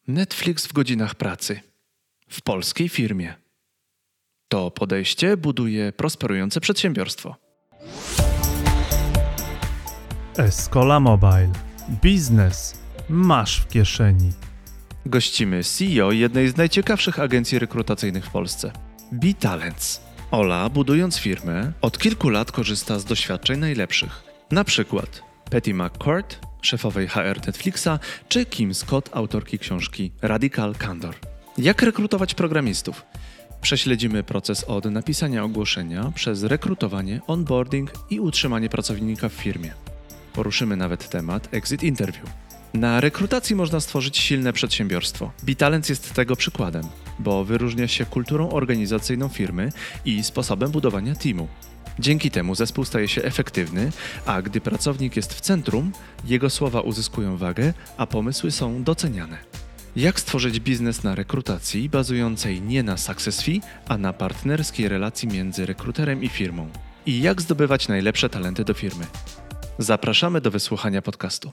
Netflix w godzinach pracy. W polskiej firmie. To podejście buduje prosperujące przedsiębiorstwo. Escola Mobile. Biznes masz w kieszeni. Gościmy CEO jednej z najciekawszych agencji rekrutacyjnych w Polsce. B-Talents. Ola, budując firmę, od kilku lat korzysta z doświadczeń najlepszych. Na przykład Patty McCord, szefowej HR Netflixa, czy Kim Scott, autorki książki Radical Candor. Jak rekrutować programistów? Prześledzimy proces od napisania ogłoszenia przez rekrutowanie, onboarding i utrzymanie pracownika w firmie. Poruszymy nawet temat exit interview. Na rekrutacji można stworzyć silne przedsiębiorstwo. B-Talents jest tego przykładem, bo wyróżnia się kulturą organizacyjną firmy i sposobem budowania teamu. Dzięki temu zespół staje się efektywny, a gdy pracownik jest w centrum, jego słowa uzyskują wagę, a pomysły są doceniane. Jak stworzyć biznes na rekrutacji bazującej nie na success fee, a na partnerskiej relacji między rekruterem i firmą? I jak zdobywać najlepsze talenty do firmy? Zapraszamy do wysłuchania podcastu.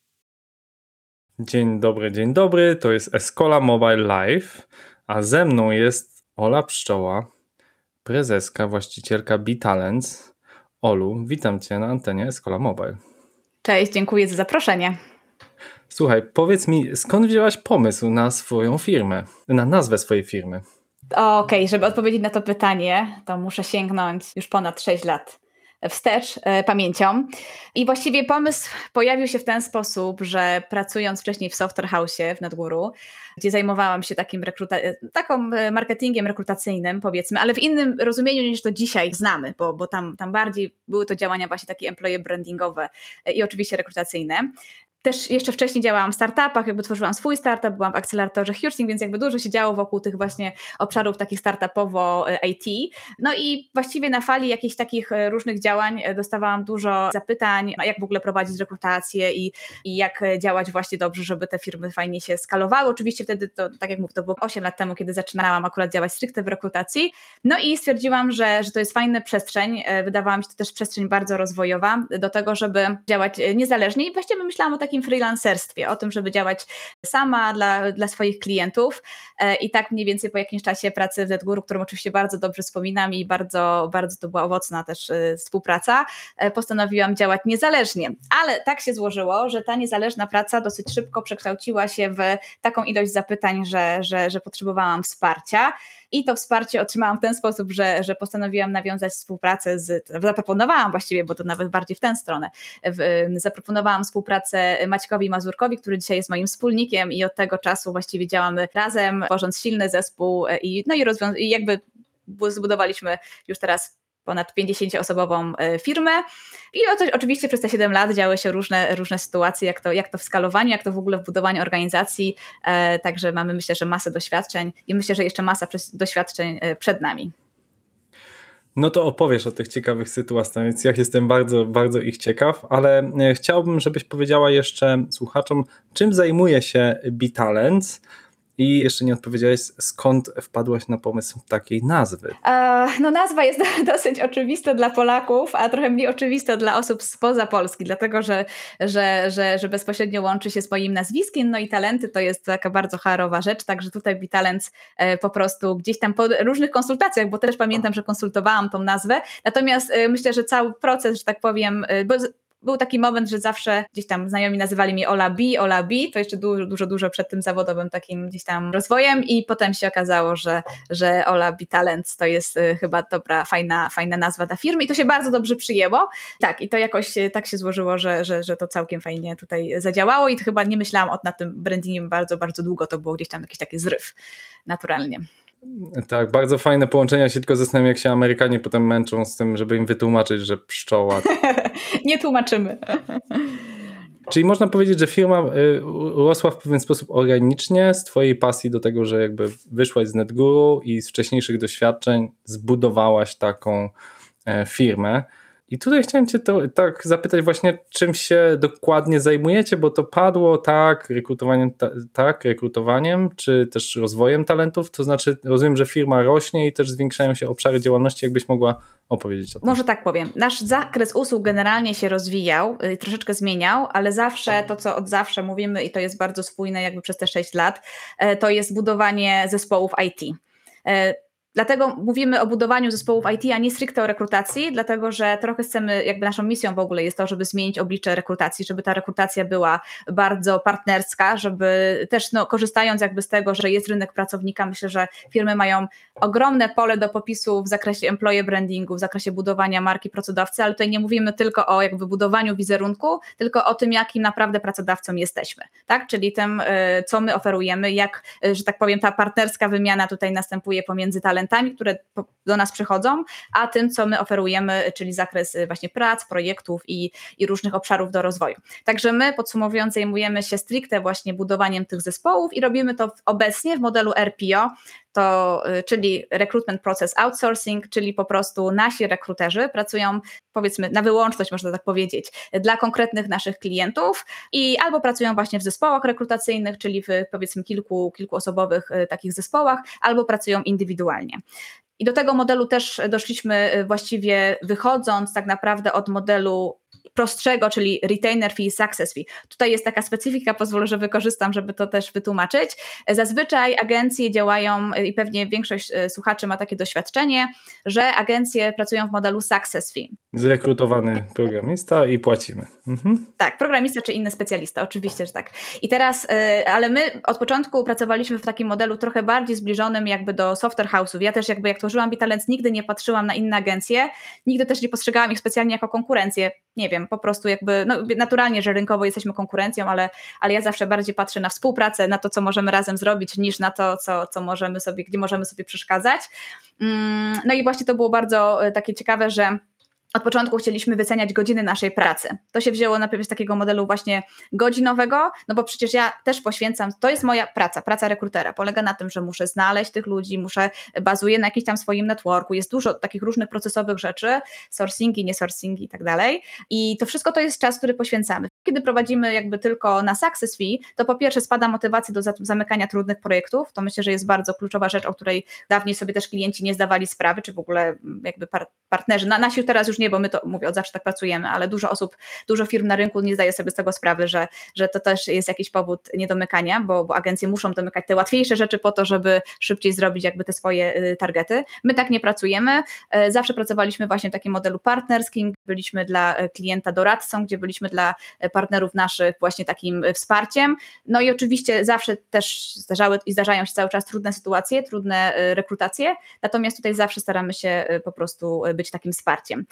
Dzień dobry, to jest Escola Mobile Live, a ze mną jest Ola Pszczoła, prezeska, właścicielka B-Talents. Olu, witam Cię na antenie Escola Mobile. Cześć, dziękuję za zaproszenie. Słuchaj, powiedz mi, skąd wzięłaś pomysł na swoją firmę, na nazwę swojej firmy? Okej, żeby odpowiedzieć na to pytanie, to muszę sięgnąć już ponad 6 lat wstecz pamięcią. I właściwie pomysł pojawił się w ten sposób, że pracując wcześniej w Software House'ie w NetGuru, gdzie zajmowałam się takim marketingiem rekrutacyjnym, powiedzmy, ale w innym rozumieniu niż to dzisiaj znamy, bo tam bardziej były to działania właśnie takie employee brandingowe i oczywiście rekrutacyjne. Też jeszcze wcześniej działałam w startupach, tworzyłam swój startup, byłam w akceleratorze Hursing, więc dużo się działo wokół tych właśnie obszarów takich startupowo IT. No i właściwie na fali jakichś takich różnych działań dostawałam dużo zapytań, jak w ogóle prowadzić rekrutację i jak działać właśnie dobrze, żeby te firmy fajnie się skalowały. Oczywiście wtedy to, tak jak mówię, to było 8 lat temu, kiedy zaczynałam akurat działać stricte w rekrutacji. No i stwierdziłam, że to jest fajna przestrzeń. Wydawała mi się to też przestrzeń bardzo rozwojowa do tego, żeby działać niezależnie i właściwie myślałam o takim freelancerstwie, o tym, żeby działać sama dla swoich klientów i tak mniej więcej po jakimś czasie pracy w NetGuru, którą oczywiście bardzo dobrze wspominam i bardzo, bardzo to była owocna też współpraca, postanowiłam działać niezależnie, ale tak się złożyło, że ta niezależna praca dosyć szybko przekształciła się w taką ilość zapytań, że potrzebowałam wsparcia. I to wsparcie otrzymałam w ten sposób, że postanowiłam nawiązać współpracę zaproponowałam właściwie, bo to nawet bardziej w tę stronę, zaproponowałam współpracę Maćkowi Mazurkowi, który dzisiaj jest moim wspólnikiem i od tego czasu właściwie działamy razem, tworząc silny zespół i zbudowaliśmy już teraz ponad 50-osobową firmę i oczywiście przez te 7 lat działy się różne sytuacje, jak to w skalowaniu, jak to w ogóle w budowaniu organizacji, także mamy myślę, że masę doświadczeń i myślę, że jeszcze masa doświadczeń przed nami. No to opowiesz o tych ciekawych sytuacjach, więc ja jestem bardzo, bardzo ich ciekaw, ale chciałbym, żebyś powiedziała jeszcze słuchaczom, czym zajmuje się B-Talents. I jeszcze nie odpowiedziałeś, skąd wpadłaś na pomysł takiej nazwy? No nazwa jest dosyć oczywista dla Polaków, a trochę mniej oczywista dla osób spoza Polski, dlatego że bezpośrednio łączy się z moim nazwiskiem, no i talenty to jest taka bardzo HR-owa rzecz, także tutaj B-Talents po prostu gdzieś tam po różnych konsultacjach, bo też pamiętam, że konsultowałam tą nazwę, natomiast myślę, że cały proces, że tak powiem, był taki moment, że zawsze gdzieś tam znajomi nazywali mnie Ola B, to jeszcze dużo przed tym zawodowym takim gdzieś tam rozwojem i potem się okazało, że Ola B-Talents to jest chyba dobra, fajna nazwa dla firmy i to się bardzo dobrze przyjęło. Tak, i to jakoś tak się złożyło, że to całkiem fajnie tutaj zadziałało i chyba nie myślałam nad tym brandingiem bardzo, bardzo długo, to było gdzieś tam jakiś taki zryw naturalnie. Tak, bardzo fajne połączenia. Ja się tylko zastanawiam, jak się Amerykanie potem męczą z tym, żeby im wytłumaczyć, że pszczoła. Nie tłumaczymy. Czyli można powiedzieć, że firma rosła w pewien sposób organicznie z twojej pasji do tego, że jakby wyszłaś z NetGuru i z wcześniejszych doświadczeń zbudowałaś taką firmę. I tutaj chciałem cię tak zapytać właśnie, czym się dokładnie zajmujecie, bo to padło rekrutowaniem, czy też rozwojem talentów, to znaczy rozumiem, że firma rośnie i też zwiększają się obszary działalności, jakbyś mogła opowiedzieć o tym. Może tak powiem. Nasz zakres usług generalnie się rozwijał, troszeczkę zmieniał, ale zawsze to, co od zawsze mówimy i to jest bardzo spójne jakby przez te 6 lat, to jest budowanie zespołów IT. Dlatego mówimy o budowaniu zespołów IT, a nie stricte o rekrutacji, dlatego że trochę chcemy, jakby naszą misją w ogóle jest to, żeby zmienić oblicze rekrutacji, żeby ta rekrutacja była bardzo partnerska, żeby też korzystając jakby z tego, że jest rynek pracownika, myślę, że firmy mają ogromne pole do popisu w zakresie employer brandingu, w zakresie budowania marki pracodawcy, ale tutaj nie mówimy tylko o jakby budowaniu wizerunku, tylko o tym, jakim naprawdę pracodawcą jesteśmy, tak? Czyli tym, co my oferujemy, jak, że tak powiem, ta partnerska wymiana tutaj następuje pomiędzy talentami, które do nas przychodzą, a tym, co my oferujemy, czyli zakres właśnie prac, projektów i różnych obszarów do rozwoju. Także my, podsumowując, zajmujemy się stricte właśnie budowaniem tych zespołów i robimy to obecnie w modelu RPO, czyli Recruitment Process Outsourcing, czyli po prostu nasi rekruterzy pracują, powiedzmy, na wyłączność, można tak powiedzieć, dla konkretnych naszych klientów i albo pracują właśnie w zespołach rekrutacyjnych, czyli w, powiedzmy, kilkuosobowych takich zespołach, albo pracują indywidualnie. I do tego modelu też doszliśmy właściwie wychodząc tak naprawdę od modelu prostszego, czyli retainer fee, success fee. Tutaj jest taka specyfika, pozwolę, że wykorzystam, żeby to też wytłumaczyć. Zazwyczaj agencje działają i pewnie większość słuchaczy ma takie doświadczenie, że agencje pracują w modelu success fee. Zrekrutowany programista i płacimy. Tak, programista czy inny specjalista, oczywiście, że tak. I teraz, ale my od początku pracowaliśmy w takim modelu trochę bardziej zbliżonym jakby do software house'ów. Ja też jakby jak tworzyłam BeTalents, nigdy nie patrzyłam na inne agencje, nigdy też nie postrzegałam ich specjalnie jako konkurencję. Nie wiem, po prostu jakby, naturalnie, że rynkowo jesteśmy konkurencją, ale ja zawsze bardziej patrzę na współpracę, na to, co możemy razem zrobić, niż na to, co możemy sobie, gdzie możemy sobie przeszkadzać. No i właśnie to było bardzo takie ciekawe, że od początku chcieliśmy wyceniać godziny naszej pracy. To się wzięło najpierw z takiego modelu właśnie godzinowego, no bo przecież ja też poświęcam, to jest moja praca rekrutera. Polega na tym, że muszę znaleźć tych ludzi, bazuję na jakimś tam swoim networku, jest dużo takich różnych procesowych rzeczy, sourcingi, nie sourcingi i tak dalej. I to wszystko to jest czas, który poświęcamy. Kiedy prowadzimy jakby tylko na success fee, to po pierwsze spada motywacja do zamykania trudnych projektów, to myślę, że jest bardzo kluczowa rzecz, o której dawniej sobie też klienci nie zdawali sprawy, czy w ogóle jakby partnerzy, nasi teraz już nie, bo my to, mówię, od zawsze tak pracujemy, ale dużo firm na rynku nie zdaje sobie z tego sprawy, że to też jest jakiś powód niedomykania, bo agencje muszą domykać te łatwiejsze rzeczy po to, żeby szybciej zrobić jakby te swoje targety. My tak nie pracujemy, zawsze pracowaliśmy właśnie w takim modelu partnerskim, byliśmy dla klienta doradcą, gdzie byliśmy dla partnerów naszych właśnie takim wsparciem, no i oczywiście zawsze też zdarzały i zdarzają się cały czas trudne sytuacje, trudne rekrutacje, natomiast tutaj zawsze staramy się po prostu być takim wsparciem.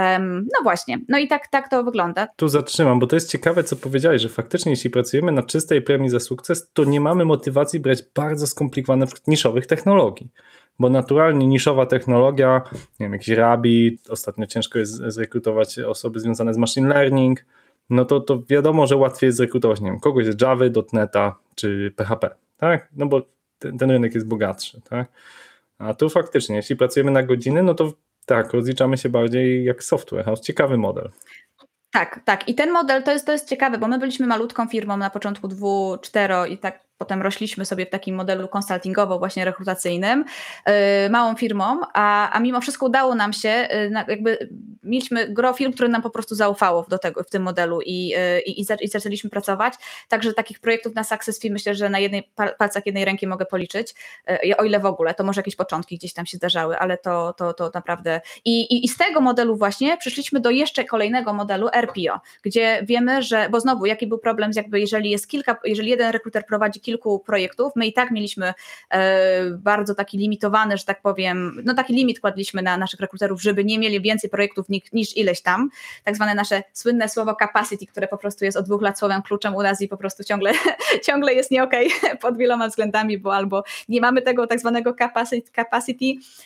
No właśnie, no i tak to wygląda. Tu zatrzymam, bo to jest ciekawe, co powiedziałeś, że faktycznie jeśli pracujemy na czystej premii za sukces, to nie mamy motywacji brać bardzo skomplikowanych, niszowych technologii, bo naturalnie niszowa technologia, nie wiem, jakiś Rabbit, ostatnio ciężko jest zrekrutować osoby związane z machine learning, no to wiadomo, że łatwiej jest zrekrutować, nie wiem, kogoś z Java, .NETA czy PHP, tak? No bo ten rynek jest bogatszy, tak? A tu faktycznie, jeśli pracujemy na godziny, no to tak, rozliczamy się bardziej jak software house. Ciekawy model. Tak. I ten model to jest ciekawe, bo my byliśmy malutką firmą na początku 2-4 i tak potem rośliśmy sobie w takim modelu konsultingowo właśnie rekrutacyjnym, małą firmą, a mimo wszystko udało nam się, jakby mieliśmy gro firm, które nam po prostu zaufało w tym modelu i zaczęliśmy pracować, także takich projektów na success fee myślę, że na palcach jednej ręki mogę policzyć, o ile w ogóle, to może jakieś początki gdzieś tam się zdarzały, ale to naprawdę i z tego modelu właśnie przyszliśmy do jeszcze kolejnego modelu RPO, gdzie wiemy, że, bo znowu jaki był problem, jakby jeżeli jeden rekruter prowadzi kilku projektów, my i tak mieliśmy bardzo taki limitowany, że tak powiem, no taki limit kładliśmy na naszych rekruterów, żeby nie mieli więcej projektów niż ileś tam, tak zwane nasze słynne słowo capacity, które po prostu jest od 2 lat słowem kluczem u nas i po prostu ciągle jest nie okej pod wieloma względami, bo albo nie mamy tego tak zwanego capacity,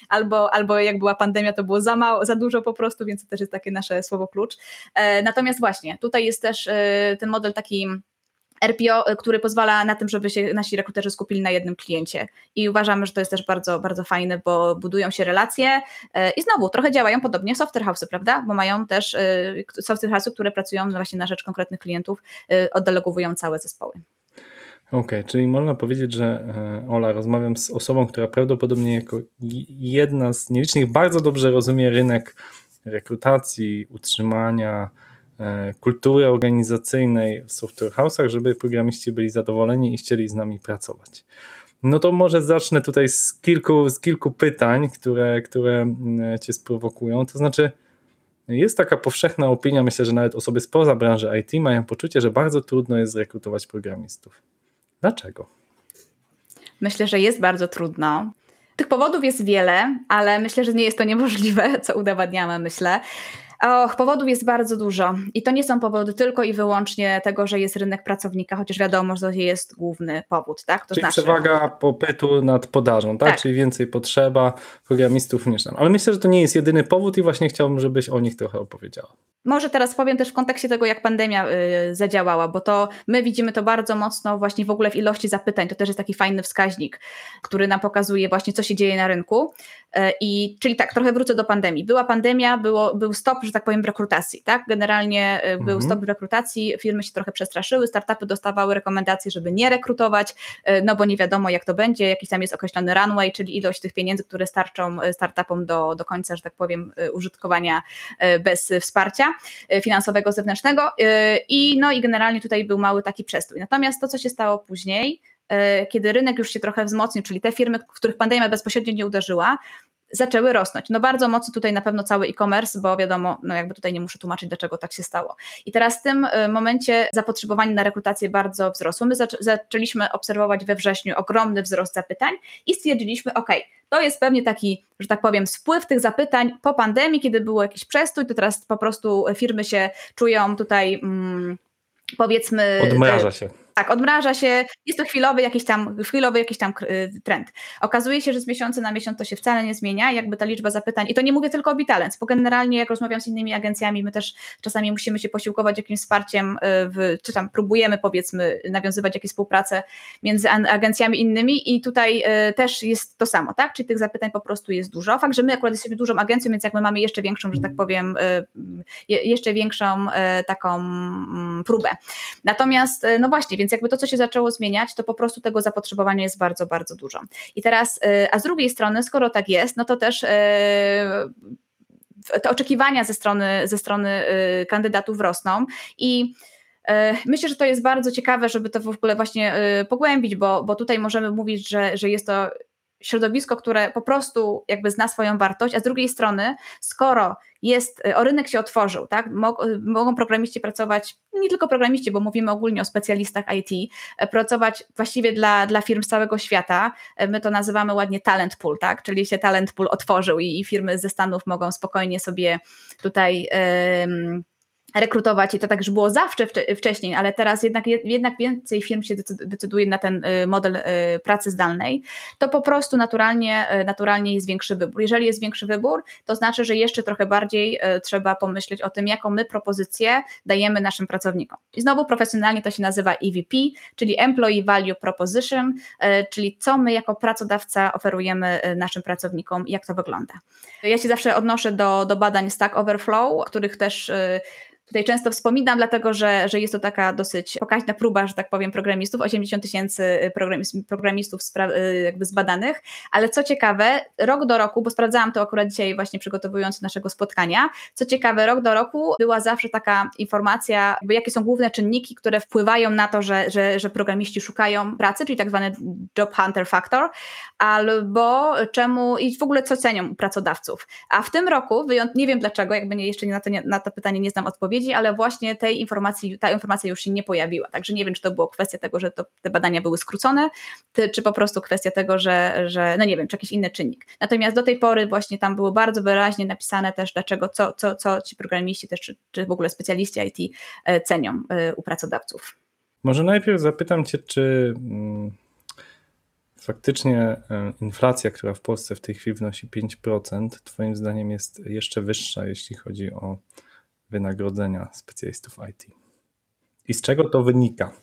albo jak była pandemia, to było za mało, za dużo po prostu, więc to też jest takie nasze słowo klucz. Natomiast właśnie, tutaj jest też ten model taki RPO, który pozwala na tym, żeby się nasi rekruterzy skupili na jednym kliencie. I uważamy, że to jest też bardzo, bardzo fajne, bo budują się relacje i znowu trochę działają podobnie software house'y, prawda? Bo mają też software house'y, które pracują właśnie na rzecz konkretnych klientów, oddelegowują całe zespoły. Okej, czyli można powiedzieć, że Ola, rozmawiam z osobą, która prawdopodobnie jako jedna z nielicznych bardzo dobrze rozumie rynek rekrutacji, utrzymania, kultury organizacyjnej w software house'ach, żeby programiści byli zadowoleni i chcieli z nami pracować. No to może zacznę tutaj z kilku pytań, które cię sprowokują. To znaczy, jest taka powszechna opinia, myślę, że nawet osoby spoza branży IT mają poczucie, że bardzo trudno jest zrekrutować programistów. Dlaczego? Myślę, że jest bardzo trudno. Tych powodów jest wiele, ale myślę, że nie jest to niemożliwe, co udowadniamy, myślę. Powodów jest bardzo dużo i to nie są powody tylko i wyłącznie tego, że jest rynek pracownika, chociaż wiadomo, że to jest główny powód, tak? To Czyli znaczy przewaga popytu nad podażą, tak? Czyli więcej potrzeba programistów niż nam. Ale myślę, że to nie jest jedyny powód i właśnie chciałbym, żebyś o nich trochę opowiedziała. Może teraz powiem też w kontekście tego, jak pandemia zadziałała, bo to my widzimy to bardzo mocno właśnie w ogóle w ilości zapytań. To też jest taki fajny wskaźnik, który nam pokazuje właśnie, co się dzieje na rynku. Czyli tak, trochę wrócę do pandemii. Była pandemia, był stop, że tak powiem, w rekrutacji, tak? Generalnie był stop w rekrutacji, firmy się trochę przestraszyły, startupy dostawały rekomendacje, żeby nie rekrutować, no bo nie wiadomo, jak to będzie, jakiś tam jest określony runway, czyli ilość tych pieniędzy, które starczą startupom do końca, że tak powiem, użytkowania bez wsparcia finansowego zewnętrznego i generalnie tutaj był mały taki przestój. Natomiast to, co się stało później, kiedy rynek już się trochę wzmocnił, czyli te firmy, w których pandemia bezpośrednio nie uderzyła, zaczęły rosnąć. No bardzo mocno tutaj na pewno cały e-commerce, bo wiadomo, no jakby tutaj nie muszę tłumaczyć, dlaczego tak się stało. I teraz w tym momencie zapotrzebowanie na rekrutację bardzo wzrosło. My zaczęliśmy obserwować we wrześniu ogromny wzrost zapytań i stwierdziliśmy, to jest pewnie taki, że tak powiem, spływ tych zapytań po pandemii, kiedy był jakiś przestój, to teraz po prostu firmy się czują tutaj, powiedzmy... Odmraża się. Tak, odmraża się, jest to chwilowy jakiś tam trend. Okazuje się, że z miesiąca na miesiąc to się wcale nie zmienia, jakby ta liczba zapytań, i to nie mówię tylko o Bitalents, bo generalnie jak rozmawiam z innymi agencjami, my też czasami musimy się posiłkować jakimś wsparciem, czy tam próbujemy, powiedzmy, nawiązywać jakieś współpracę między agencjami innymi i tutaj też jest to samo, tak? Czyli tych zapytań po prostu jest dużo. Fakt, że my akurat jesteśmy dużą agencją, więc jakby mamy jeszcze większą, że tak powiem, jeszcze większą taką próbę. Natomiast, no właśnie, więc jakby to, co się zaczęło zmieniać, to po prostu tego zapotrzebowania jest bardzo, bardzo dużo. I teraz, a z drugiej strony, skoro tak jest, no to też te oczekiwania ze strony kandydatów rosną i myślę, że to jest bardzo ciekawe, żeby to w ogóle właśnie pogłębić, bo tutaj możemy mówić, że jest to środowisko, które po prostu jakby zna swoją wartość, a z drugiej strony, skoro rynek się otworzył, tak? Mogą programiści pracować, nie tylko programiści, bo mówimy ogólnie o specjalistach IT, pracować właściwie dla firm z całego świata. My to nazywamy ładnie talent pool, tak? Czyli się talent pool otworzył i firmy ze Stanów mogą spokojnie sobie tutaj rekrutować i to tak już było zawsze wcześniej, ale teraz jednak więcej firm się decyduje na ten model pracy zdalnej, to po prostu naturalnie jest większy wybór. Jeżeli jest większy wybór, to znaczy, że jeszcze trochę bardziej trzeba pomyśleć o tym, jaką my propozycję dajemy naszym pracownikom. I znowu profesjonalnie to się nazywa EVP, czyli Employee Value Proposition, czyli co my jako pracodawca oferujemy naszym pracownikom i jak to wygląda. Ja się zawsze odnoszę do badań Stack Overflow, których też tutaj często wspominam, dlatego że jest to taka dosyć pokaźna próba, że tak powiem, programistów, 80 000 programistów jakby zbadanych, ale co ciekawe, rok do roku, bo sprawdzałam to akurat dzisiaj właśnie przygotowując do naszego spotkania, co ciekawe, rok do roku była zawsze taka informacja, jakby jakie są główne czynniki, które wpływają na to, że programiści szukają pracy, czyli tak zwany job hunter factor, albo czemu i w ogóle co cenią u pracodawców. A w tym roku, nie wiem dlaczego, jakby jeszcze na to pytanie nie znam odpowiedzi, ale właśnie ta informacja już się nie pojawiła. Także nie wiem, czy to było kwestia tego, że te badania były skrócone, czy po prostu kwestia tego, że no nie wiem, czy jakiś inny czynnik. Natomiast do tej pory właśnie tam było bardzo wyraźnie napisane też, dlaczego, co ci programiści też, czy w ogóle specjaliści IT cenią u pracodawców. Może najpierw zapytam Cię, czy faktycznie inflacja, która w Polsce w tej chwili wynosi 5%, Twoim zdaniem jest jeszcze wyższa, jeśli chodzi o wynagrodzenia specjalistów IT. i z czego to wynika?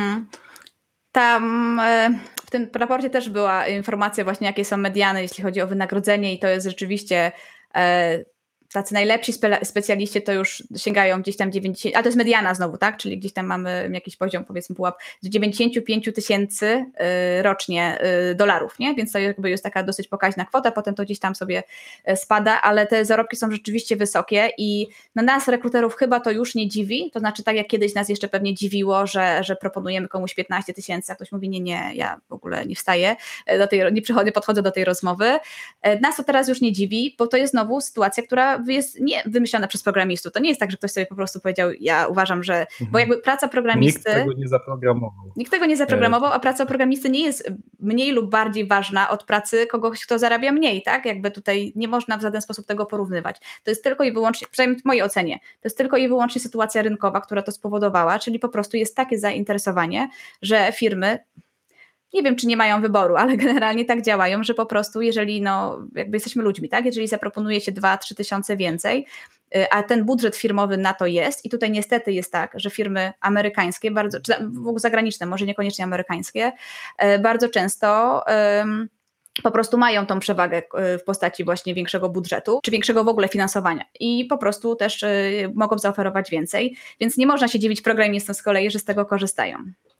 Tam w tym raporcie też była informacja właśnie, jakie są mediany, jeśli chodzi o wynagrodzenie i to jest rzeczywiście tacy najlepsi specjaliści to już sięgają gdzieś tam 90, ale to jest mediana znowu, tak? Czyli gdzieś tam mamy jakiś poziom, powiedzmy pułap 95 000 rocznie dolarów, nie? Więc to jakby jest taka dosyć pokaźna kwota, potem to gdzieś tam sobie spada, ale te zarobki są rzeczywiście wysokie i na nas, rekruterów, chyba to już nie dziwi, to znaczy tak jak kiedyś nas jeszcze pewnie dziwiło, że proponujemy komuś 15 000, a ktoś mówi nie, ja w ogóle nie wstaję, nie podchodzę do tej rozmowy. Nas to teraz już nie dziwi, bo to jest znowu sytuacja, która jest nie wymyślona przez programistów. To nie jest tak, że ktoś sobie po prostu powiedział, ja uważam, że... Bo jakby praca programisty... Nikt tego nie zaprogramował. Nikt tego nie zaprogramował, a praca programisty nie jest mniej lub bardziej ważna od pracy kogoś, kto zarabia mniej, tak? Jakby tutaj nie można w żaden sposób tego porównywać. To jest tylko i wyłącznie, przynajmniej w mojej ocenie, to jest tylko i wyłącznie sytuacja rynkowa, która to spowodowała, czyli po prostu jest takie zainteresowanie, że firmy... Nie wiem, czy nie mają wyboru, ale generalnie tak działają, że po prostu jeżeli, jakby jesteśmy ludźmi, tak? Jeżeli zaproponuje się 2-3 tysiące więcej, a ten budżet firmowy na to jest i tutaj niestety jest tak, że firmy amerykańskie, czy zagraniczne, może niekoniecznie amerykańskie, bardzo często po prostu mają tą przewagę w postaci właśnie większego budżetu, czy większego w ogóle finansowania i po prostu też mogą zaoferować więcej, więc nie można się dziwić programistom z kolei, że z tego korzystają.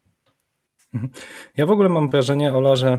Ja w ogóle mam wrażenie, Ola, że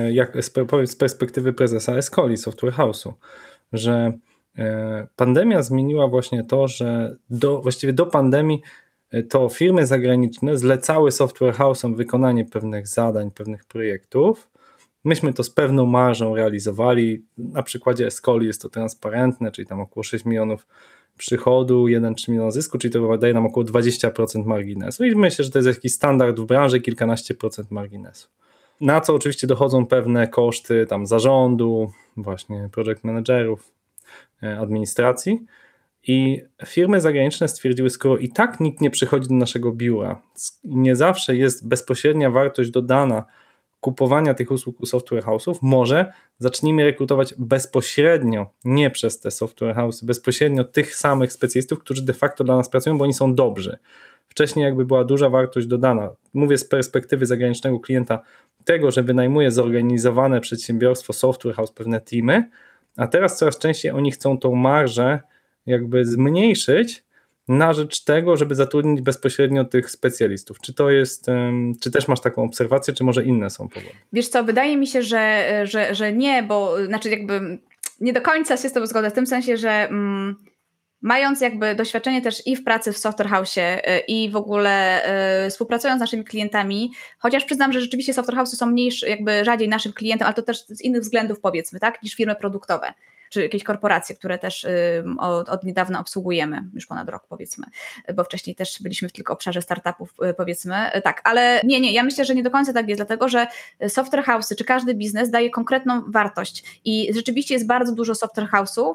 z perspektywy prezesa Escoli Software House'u, że pandemia zmieniła właśnie to, że właściwie do pandemii to firmy zagraniczne zlecały Software House'om wykonanie pewnych zadań, pewnych projektów. Myśmy to z pewną marżą realizowali. Na przykładzie Escoli jest to transparentne, czyli tam około 6 milionów przychodu, 1-3 miliona zysku, czyli to daje nam około 20% marginesu i myślę, że to jest jakiś standard w branży, kilkanaście procent marginesu. Na co oczywiście dochodzą pewne koszty tam zarządu, właśnie project managerów, administracji i firmy zagraniczne stwierdziły, skoro i tak nikt nie przychodzi do naszego biura, nie zawsze jest bezpośrednia wartość dodana kupowania tych usług u software house'ów, może zacznijmy rekrutować bezpośrednio, nie przez te software house'y, bezpośrednio tych samych specjalistów, którzy de facto dla nas pracują, bo oni są dobrzy. Wcześniej jakby była duża wartość dodana, mówię z perspektywy zagranicznego klienta, tego, że wynajmuje zorganizowane przedsiębiorstwo, software house, pewne teamy, a teraz coraz częściej oni chcą tą marżę jakby zmniejszyć na rzecz tego, żeby zatrudnić bezpośrednio tych specjalistów. Czy to jest, czy też masz taką obserwację, czy może inne są powody? Wiesz co, wydaje mi się, że nie, bo znaczy jakby nie do końca się z tobą zgodzę, w tym sensie, że mając jakby doświadczenie też i w pracy w software house'ie i w ogóle współpracując z naszymi klientami, chociaż przyznam, że rzeczywiście software house'y są jakby rzadziej naszym klientem, ale to też z innych względów powiedzmy, tak, niż firmy produktowe, czy jakieś korporacje, które też od niedawna obsługujemy, już ponad rok powiedzmy, bo wcześniej też byliśmy w tylko obszarze startupów powiedzmy, tak, ale nie, ja myślę, że nie do końca tak jest, dlatego że software house'y, czy każdy biznes daje konkretną wartość i rzeczywiście jest bardzo dużo software house'ów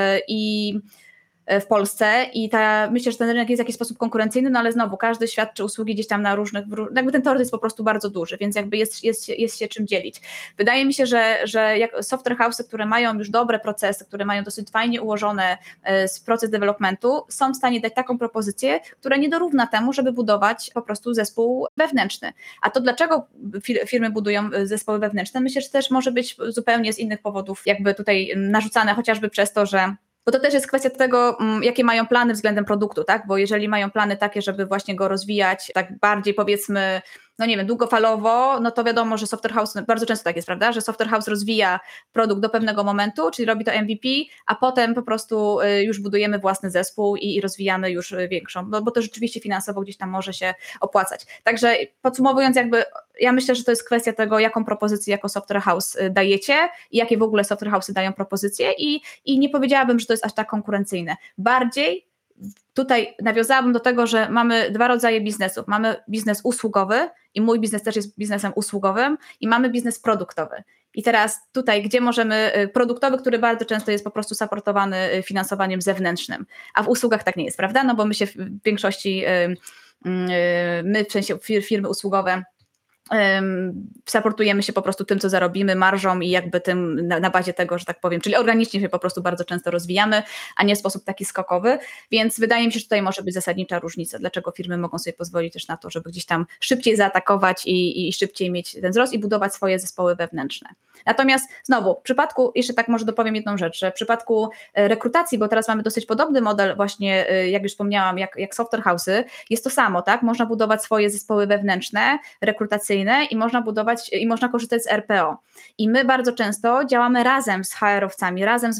i w Polsce i myślę, że ten rynek jest w jakiś sposób konkurencyjny, no ale znowu każdy świadczy usługi gdzieś tam na różnych, jakby ten tor jest po prostu bardzo duży, więc jakby jest się czym dzielić. Wydaje mi się, że jak software house'y, które mają już dobre procesy, które mają dosyć fajnie ułożone proces developmentu, są w stanie dać taką propozycję, która nie dorówna temu, żeby budować po prostu zespół wewnętrzny. A to dlaczego firmy budują zespoły wewnętrzne? Myślę, że też może być zupełnie z innych powodów jakby tutaj narzucane, chociażby przez to, że bo to też jest kwestia tego, jakie mają plany względem produktu, tak? Bo jeżeli mają plany takie, żeby właśnie go rozwijać tak bardziej powiedzmy, no nie wiem, długofalowo, no to wiadomo, że software house, bardzo często tak jest, prawda, że software house rozwija produkt do pewnego momentu, czyli robi to MVP, a potem po prostu już budujemy własny zespół i rozwijamy już większą, bo to rzeczywiście finansowo gdzieś tam może się opłacać. Także podsumowując jakby, ja myślę, że to jest kwestia tego, jaką propozycję jako software house dajecie i jakie w ogóle software house'y dają propozycje i nie powiedziałabym, że to jest aż tak konkurencyjne. Bardziej tutaj nawiązałabym do tego, że mamy dwa rodzaje biznesów. Mamy biznes usługowy i mój biznes też jest biznesem usługowym i mamy biznes produktowy. I teraz tutaj, gdzie możemy, produktowy, który bardzo często jest po prostu supportowany finansowaniem zewnętrznym, a w usługach tak nie jest, prawda? No bo my się w większości, my w sensie firmy usługowe supportujemy się po prostu tym, co zarobimy, marżą i jakby tym na bazie tego, że tak powiem, czyli organicznie się po prostu bardzo często rozwijamy, a nie w sposób taki skokowy, więc wydaje mi się, że tutaj może być zasadnicza różnica, dlaczego firmy mogą sobie pozwolić też na to, żeby gdzieś tam szybciej zaatakować i szybciej mieć ten wzrost i budować swoje zespoły wewnętrzne. Natomiast znowu, w przypadku, jeszcze tak może dopowiem jedną rzecz, że w przypadku rekrutacji, bo teraz mamy dosyć podobny model właśnie, jak już wspomniałam, jak software house'y, jest to samo, tak? Można budować swoje zespoły wewnętrzne, rekrutacyjne i można korzystać z RPO. I my bardzo często działamy razem z HR-owcami, razem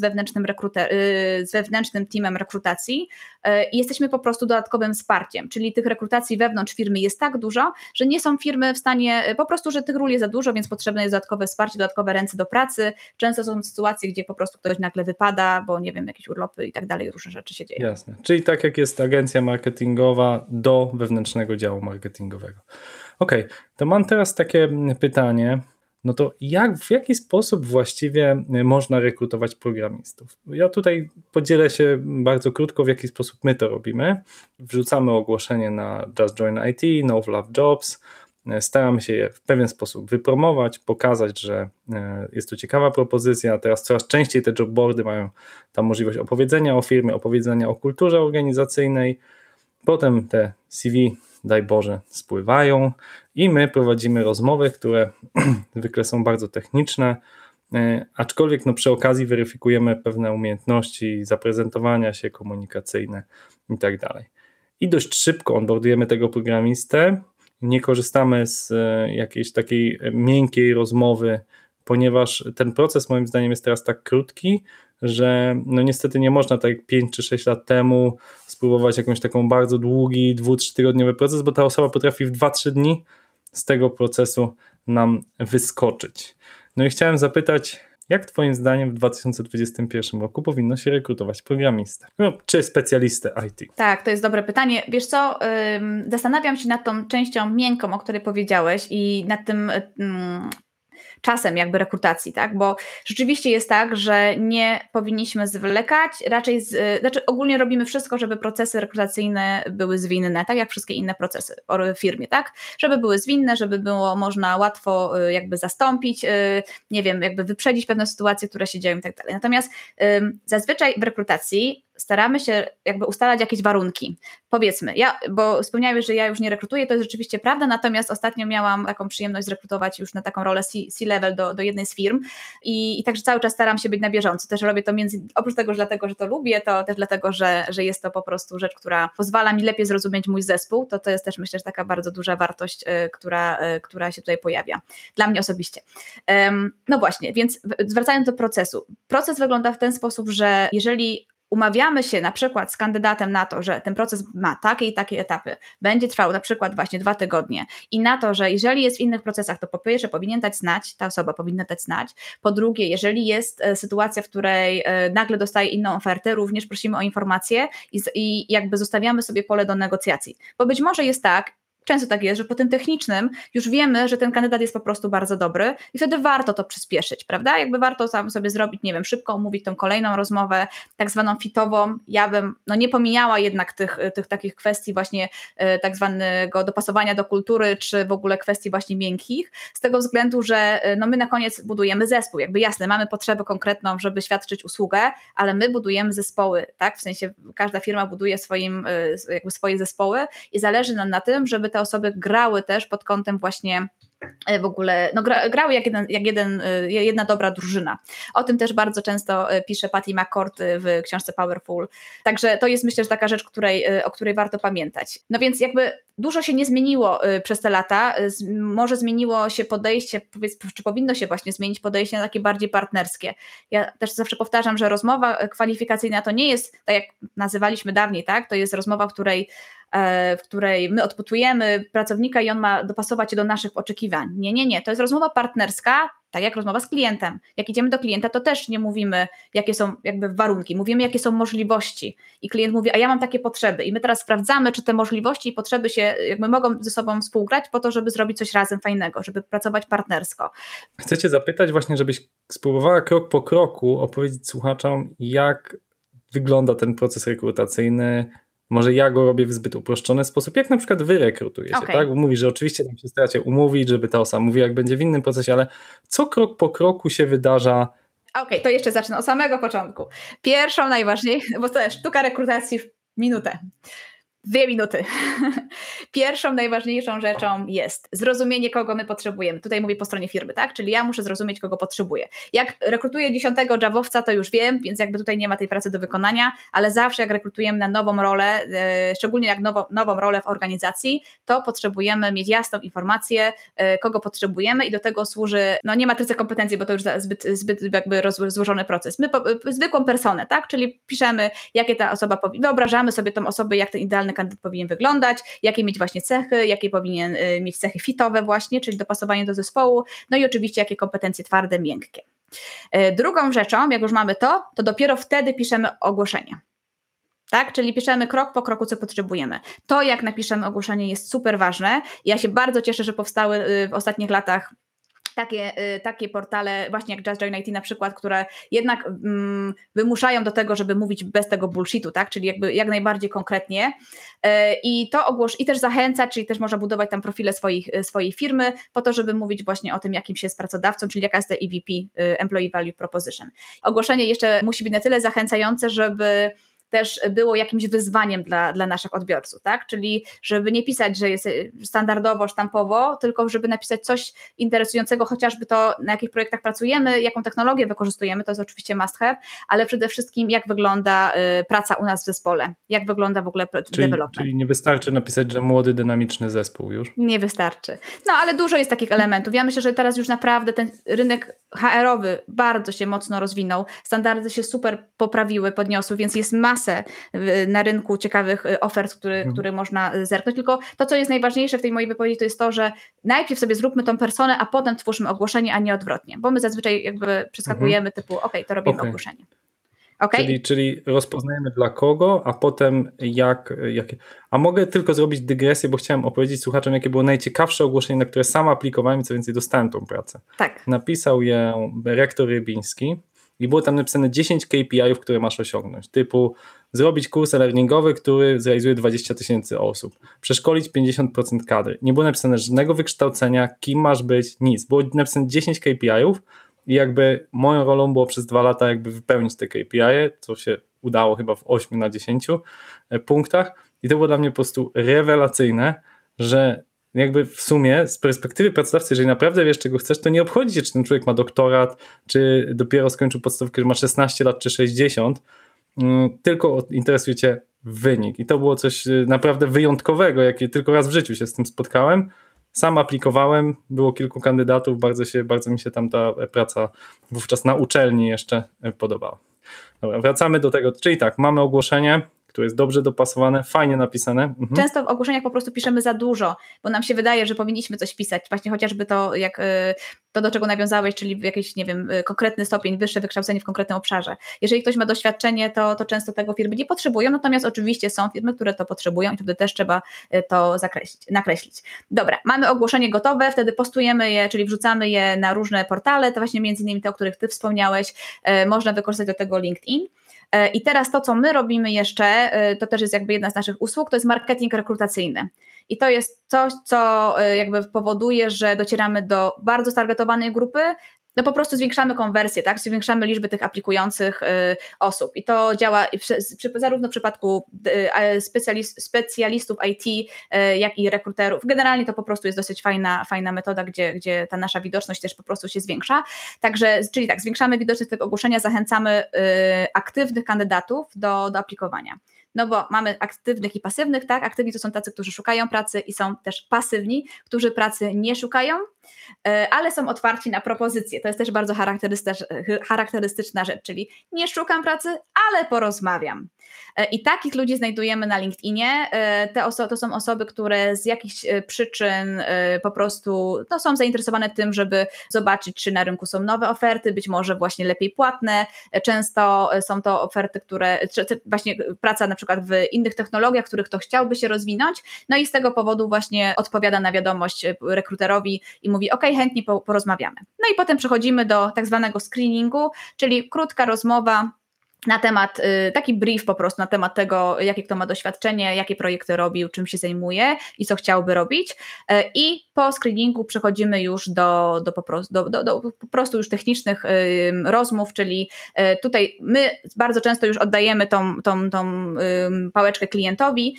z wewnętrznym teamem rekrutacji i jesteśmy po prostu dodatkowym wsparciem, czyli tych rekrutacji wewnątrz firmy jest tak dużo, że nie są firmy w stanie, po prostu, że tych ról jest za dużo, więc potrzebne jest dodatkowe wsparcie, dodatkowe ręce do pracy. Często są sytuacje, gdzie po prostu ktoś nagle wypada, bo nie wiem, jakieś urlopy i tak dalej, różne rzeczy się dzieją. Jasne. Czyli tak jak jest agencja marketingowa do wewnętrznego działu marketingowego. Okej, to mam teraz takie pytanie, no to w jaki sposób właściwie można rekrutować programistów? Ja tutaj podzielę się bardzo krótko, w jaki sposób my to robimy. Wrzucamy ogłoszenie na Just Join IT, No Love Jobs, staramy się je w pewien sposób wypromować, pokazać, że jest to ciekawa propozycja. Teraz coraz częściej te jobboardy mają tam możliwość opowiedzenia o firmie, opowiedzenia o kulturze organizacyjnej. Potem te CV, daj Boże, spływają i my prowadzimy rozmowy, które zwykle są bardzo techniczne, aczkolwiek przy okazji weryfikujemy pewne umiejętności zaprezentowania się, komunikacyjne i tak dalej. I dość szybko onboardujemy tego programistę, nie korzystamy z jakiejś takiej miękkiej rozmowy, ponieważ ten proces moim zdaniem jest teraz tak krótki, że niestety nie można tak jak 5 czy 6 lat temu spróbować jakąś taką bardzo długi, 2-3 tygodniowy proces, bo ta osoba potrafi w 2-3 dni z tego procesu nam wyskoczyć. No i chciałem zapytać, jak twoim zdaniem w 2021 roku powinno się rekrutować programistę? Czy specjalistę IT? Tak, to jest dobre pytanie. Wiesz co, zastanawiam się nad tą częścią miękką, o której powiedziałeś i nad tym czasem jakby rekrutacji, tak? Bo rzeczywiście jest tak, że nie powinniśmy zwlekać, raczej ogólnie robimy wszystko, żeby procesy rekrutacyjne były zwinne, tak jak wszystkie inne procesy w firmie, tak? Żeby były zwinne, żeby było można łatwo jakby zastąpić, nie wiem, jakby wyprzedzić pewne sytuacje, które się dzieją i tak dalej. Natomiast zazwyczaj w rekrutacji staramy się jakby ustalać jakieś warunki. Powiedzmy, bo wspomniałeś, że ja już nie rekrutuję, to jest rzeczywiście prawda, natomiast ostatnio miałam taką przyjemność zrekrutować już na taką rolę C-level do jednej z firm i także cały czas staram się być na bieżąco. Też robię to oprócz tego, że dlatego, że to lubię, to też dlatego, że jest to po prostu rzecz, która pozwala mi lepiej zrozumieć mój zespół. To jest też, myślę, że taka bardzo duża wartość, która się tutaj pojawia. Dla mnie osobiście. No właśnie, więc wracając do procesu. Proces wygląda w ten sposób, że jeżeli umawiamy się na przykład z kandydatem na to, że ten proces ma takie i takie etapy, będzie trwał na przykład właśnie 2 tygodnie i na to, że jeżeli jest w innych procesach, to po pierwsze powinien dać znać, ta osoba powinna dać znać, po drugie, jeżeli jest sytuacja, w której nagle dostaje inną ofertę, również prosimy o informację i jakby zostawiamy sobie pole do negocjacji, bo być może jest tak, często tak jest, że po tym technicznym już wiemy, że ten kandydat jest po prostu bardzo dobry i wtedy warto to przyspieszyć, prawda? Jakby warto sam sobie zrobić, nie wiem, szybko omówić tą kolejną rozmowę, tak zwaną fitową. Ja bym nie pomijała jednak tych takich kwestii właśnie tak zwanego dopasowania do kultury, czy w ogóle kwestii właśnie miękkich, z tego względu, że my na koniec budujemy zespół. Jakby jasne, mamy potrzebę konkretną, żeby świadczyć usługę, ale my budujemy zespoły, tak? W sensie każda firma buduje swoje zespoły i zależy nam na tym, żeby te osoby grały też pod kątem właśnie w ogóle, grały jak jedna dobra drużyna. O tym też bardzo często pisze Patty McCord w książce Powerful. Także to jest, myślę, że taka rzecz, o której warto pamiętać. No więc jakby dużo się nie zmieniło przez te lata. Może zmieniło się podejście, czy powinno się właśnie zmienić podejście na takie bardziej partnerskie. Ja też zawsze powtarzam, że rozmowa kwalifikacyjna to nie jest, tak jak nazywaliśmy dawniej, tak? To jest rozmowa, w której my odpytujemy pracownika i on ma dopasować się do naszych oczekiwań. Nie. To jest rozmowa partnerska, tak jak rozmowa z klientem. Jak idziemy do klienta, to też nie mówimy, jakie są jakby warunki, mówimy, jakie są możliwości. I klient mówi, a ja mam takie potrzeby. I my teraz sprawdzamy, czy te możliwości i potrzeby się jakby mogą ze sobą współgrać po to, żeby zrobić coś razem fajnego, żeby pracować partnersko. Chcę cię zapytać właśnie, żebyś spróbowała krok po kroku opowiedzieć słuchaczom, jak wygląda ten proces rekrutacyjny może ja go robię w zbyt uproszczony sposób, jak na przykład wy rekrutujecie, Okej. tak? Bo mówisz, że oczywiście tam się staracie umówić, żeby ta osoba mówiła, jak będzie w innym procesie, ale co krok po kroku się wydarza? Okej, to jeszcze zacznę od samego początku. Pierwszą najważniejszą, bo to jest sztuka rekrutacji w minutę. 2 minuty. Pierwszą najważniejszą rzeczą jest zrozumienie, kogo my potrzebujemy. Tutaj mówię po stronie firmy, tak? Czyli ja muszę zrozumieć, kogo potrzebuję. Jak rekrutuję 10 Javowca, to już wiem, więc jakby tutaj nie ma tej pracy do wykonania, ale zawsze jak rekrutujemy na nową rolę, szczególnie jak nową rolę w organizacji, to potrzebujemy mieć jasną informację, kogo potrzebujemy i do tego służy, no nie matryca kompetencji, bo to już zbyt jakby złożony proces. My zwykłą personę, tak? Czyli piszemy, jakie ta osoba wyobrażamy sobie tą osobę, jak ten idealny kandydat powinien wyglądać, jakie mieć właśnie cechy, jakie powinien mieć cechy fitowe właśnie, czyli dopasowanie do zespołu, no i oczywiście jakie kompetencje twarde, miękkie. Drugą rzeczą, jak już mamy to dopiero wtedy piszemy ogłoszenie. Tak? Czyli piszemy krok po kroku, co potrzebujemy. To, jak napiszemy ogłoszenie, jest super ważne. Ja się bardzo cieszę, że powstały w ostatnich latach takie portale właśnie jak Just Join IT na przykład, które jednak wymuszają do tego, żeby mówić bez tego bullshitu, tak? Czyli jakby jak najbardziej konkretnie i też zachęca, czyli też można budować tam profile swojej firmy po to, żeby mówić właśnie o tym, jakim się jest pracodawcą, czyli jaka jest ta EVP, Employee Value Proposition. Ogłoszenie jeszcze musi być na tyle zachęcające, żeby też było jakimś wyzwaniem dla naszych odbiorców, tak? Czyli żeby nie pisać, że jest standardowo, sztampowo, tylko żeby napisać coś interesującego, chociażby to, na jakich projektach pracujemy, jaką technologię wykorzystujemy, to jest oczywiście must have, ale przede wszystkim jak wygląda praca u nas w zespole, jak wygląda w ogóle development. Czyli nie wystarczy napisać, że młody, dynamiczny zespół już? Nie wystarczy. No ale dużo jest takich elementów. Ja myślę, że teraz już naprawdę ten rynek HR-owy bardzo się mocno rozwinął, standardy się super poprawiły, podniosły, więc jest masę na rynku ciekawych ofert, które można zerknąć, tylko to, co jest najważniejsze w tej mojej wypowiedzi, to jest to, że najpierw sobie zróbmy tą personę, a potem twórzmy ogłoszenie, a nie odwrotnie, bo my zazwyczaj jakby przeskakujemy typu, to robimy ogłoszenie. Okay? Czyli rozpoznajemy dla kogo, a potem a mogę tylko zrobić dygresję, bo chciałem opowiedzieć słuchaczom, jakie było najciekawsze ogłoszenie, na które sam aplikowałem i co więcej dostałem tą pracę. Tak. Napisał je rektor Rybiński i było tam napisane 10 KPI-ów, które masz osiągnąć, typu zrobić kurs e-learningowy, który zrealizuje 20 000 osób, przeszkolić 50% kadry. Nie było napisane żadnego wykształcenia, kim masz być, nic. Było napisane 10 KPI-ów i jakby moją rolą było przez 2 lata jakby wypełnić te KPI-e, co się udało chyba w 8 na 10 punktach i to było dla mnie po prostu rewelacyjne, że jakby w sumie z perspektywy pracodawcy, jeżeli naprawdę wiesz, czego chcesz, to nie obchodzi cię, czy ten człowiek ma doktorat, czy dopiero skończył podstawówkę, że ma 16 lat, czy 60, tylko interesuje cię wynik. I to było coś naprawdę wyjątkowego, jakie tylko raz w życiu się z tym spotkałem. Sam aplikowałem, było kilku kandydatów, bardzo mi się tam ta praca wówczas na uczelni jeszcze podobała. Dobra, wracamy do tego, czyli tak, mamy ogłoszenie, które jest dobrze dopasowane, fajnie napisane. Często w ogłoszeniach po prostu piszemy za dużo, bo nam się wydaje, że powinniśmy coś pisać, właśnie chociażby to, to do czego nawiązałeś, czyli jakiś, nie wiem, konkretny stopień, wyższe wykształcenie w konkretnym obszarze. Jeżeli ktoś ma doświadczenie, to często tego firmy nie potrzebują, natomiast oczywiście są firmy, które to potrzebują i wtedy też trzeba to nakreślić. Dobra, mamy ogłoszenie gotowe, wtedy postujemy je, czyli wrzucamy je na różne portale, to właśnie między innymi te, o których ty wspomniałeś, można wykorzystać do tego LinkedIn. I teraz to, co my robimy jeszcze, to też jest jakby jedna z naszych usług, to jest marketing rekrutacyjny. I to jest coś, co jakby powoduje, że docieramy do bardzo stargetowanej grupy, no po prostu zwiększamy konwersję, tak? Zwiększamy liczbę tych aplikujących osób i to działa zarówno w przypadku specjalistów IT, jak i rekruterów. Generalnie to po prostu jest dosyć fajna metoda, gdzie ta nasza widoczność też po prostu się zwiększa. Także, czyli tak, zwiększamy widoczność tego ogłoszenia, zachęcamy aktywnych kandydatów do aplikowania. No bo mamy aktywnych i pasywnych, tak? Aktywni to są tacy, którzy szukają pracy i są też pasywni, którzy pracy nie szukają, ale są otwarci na propozycje. To jest też bardzo charakterystyczna rzecz, czyli nie szukam pracy, ale porozmawiam. I takich ludzi znajdujemy na LinkedInie. To są osoby, które z jakichś przyczyn po prostu są zainteresowane tym, żeby zobaczyć, czy na rynku są nowe oferty, być może właśnie lepiej płatne. Często są to oferty, właśnie praca na przykład w innych technologiach, których to chciałby się rozwinąć. No i z tego powodu właśnie odpowiada na wiadomość rekruterowi i mówi: chętnie porozmawiamy. No i potem przechodzimy do tak zwanego screeningu, czyli krótka rozmowa na temat, taki brief po prostu na temat tego, jakie kto ma doświadczenie, jakie projekty robił, czym się zajmuje i co chciałby robić. I po screeningu przechodzimy już do po prostu już technicznych rozmów, czyli tutaj my bardzo często już oddajemy tą pałeczkę klientowi,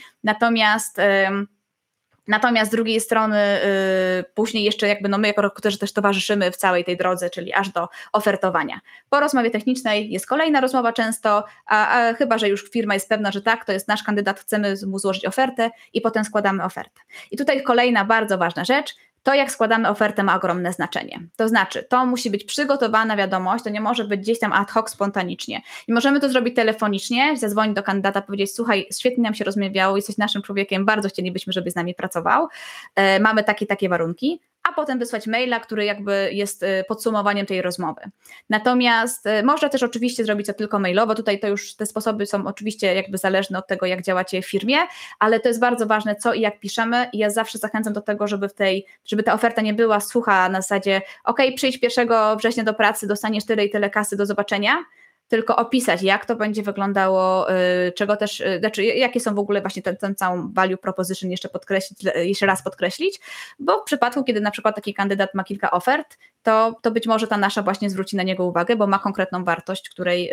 Natomiast z drugiej strony później jeszcze jakby my jako rekruterzy też towarzyszymy w całej tej drodze, czyli aż do ofertowania. Po rozmowie technicznej jest kolejna rozmowa często, a chyba, że już firma jest pewna, że tak, to jest nasz kandydat, chcemy mu złożyć ofertę i potem składamy ofertę. I tutaj kolejna bardzo ważna rzecz, to jak składamy ofertę ma ogromne znaczenie. To znaczy, to musi być przygotowana wiadomość, to nie może być gdzieś tam ad hoc spontanicznie. I możemy to zrobić telefonicznie, zadzwonić do kandydata, powiedzieć: słuchaj, świetnie nam się rozmawiało, jesteś naszym człowiekiem, bardzo chcielibyśmy, żeby z nami pracował, mamy takie warunki, a potem wysłać maila, który jakby jest podsumowaniem tej rozmowy. Natomiast można też oczywiście zrobić to tylko mailowo, tutaj to już te sposoby są oczywiście jakby zależne od tego, jak działacie w firmie, ale to jest bardzo ważne, co i jak piszemy, i ja zawsze zachęcam do tego, żeby ta oferta nie była sucha na zasadzie: przyjdź 1 września do pracy, dostaniesz tyle i tyle kasy, do zobaczenia, tylko opisać, jak to będzie wyglądało, czego też, znaczy jakie są w ogóle właśnie ten całą value proposition jeszcze raz podkreślić, bo w przypadku, kiedy na przykład taki kandydat ma kilka ofert, to być może ta nasza właśnie zwróci na niego uwagę, bo ma konkretną wartość,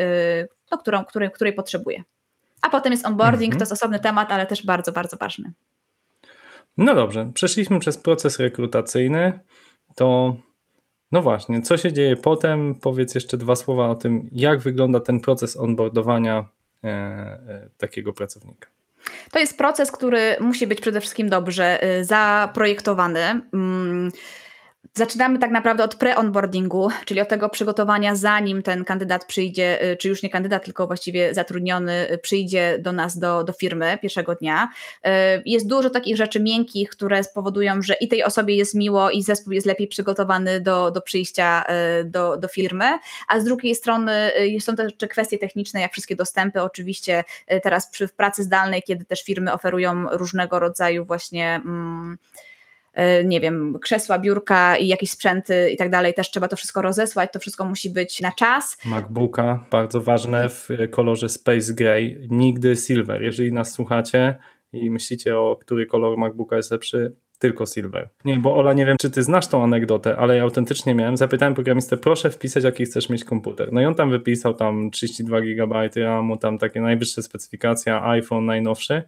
której potrzebuje. A potem jest onboarding, to jest osobny temat, ale też bardzo, bardzo ważny. No dobrze, przeszliśmy przez proces rekrutacyjny, to no właśnie, co się dzieje potem? Powiedz jeszcze 2 słowa o tym, jak wygląda ten proces onboardowania takiego pracownika. To jest proces, który musi być przede wszystkim dobrze zaprojektowany. Zaczynamy tak naprawdę od pre-onboardingu, czyli od tego przygotowania, zanim ten kandydat przyjdzie, czy już nie kandydat, tylko właściwie zatrudniony, przyjdzie do nas, do firmy pierwszego dnia. Jest dużo takich rzeczy miękkich, które spowodują, że i tej osobie jest miło, i zespół jest lepiej przygotowany do przyjścia do firmy, a z drugiej strony są też kwestie techniczne, jak wszystkie dostępy, oczywiście teraz w pracy zdalnej, kiedy też firmy oferują różnego rodzaju właśnie nie wiem, krzesła, biurka i jakieś sprzęty i tak dalej, też trzeba to wszystko rozesłać, to wszystko musi być na czas. MacBooka, bardzo ważne, w kolorze Space Gray, nigdy Silver. Jeżeli nas słuchacie i myślicie, o który kolor MacBooka jest lepszy, tylko Silver. Nie, bo Ola, nie wiem, czy ty znasz tą anegdotę, ale ja autentycznie miałem, zapytałem programistę: proszę wpisać, jaki chcesz mieć komputer. No i on tam wypisał 32 GB RAMu, tam takie najwyższe specyfikacja, iPhone najnowszy.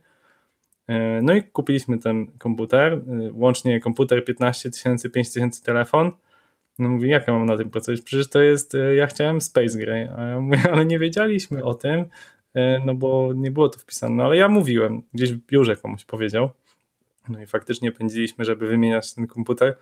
No i kupiliśmy ten komputer, łącznie komputer 15 000, 5 000 telefon. No mówi: jak ja mam na tym pracować? Przecież to jest, ja chciałem Space Gray. A ja mówię: ale nie wiedzieliśmy o tym, no bo nie było to wpisane. No ale ja mówiłem, gdzieś w biurze komuś powiedział. No i faktycznie pędziliśmy, żeby wymieniać ten komputer,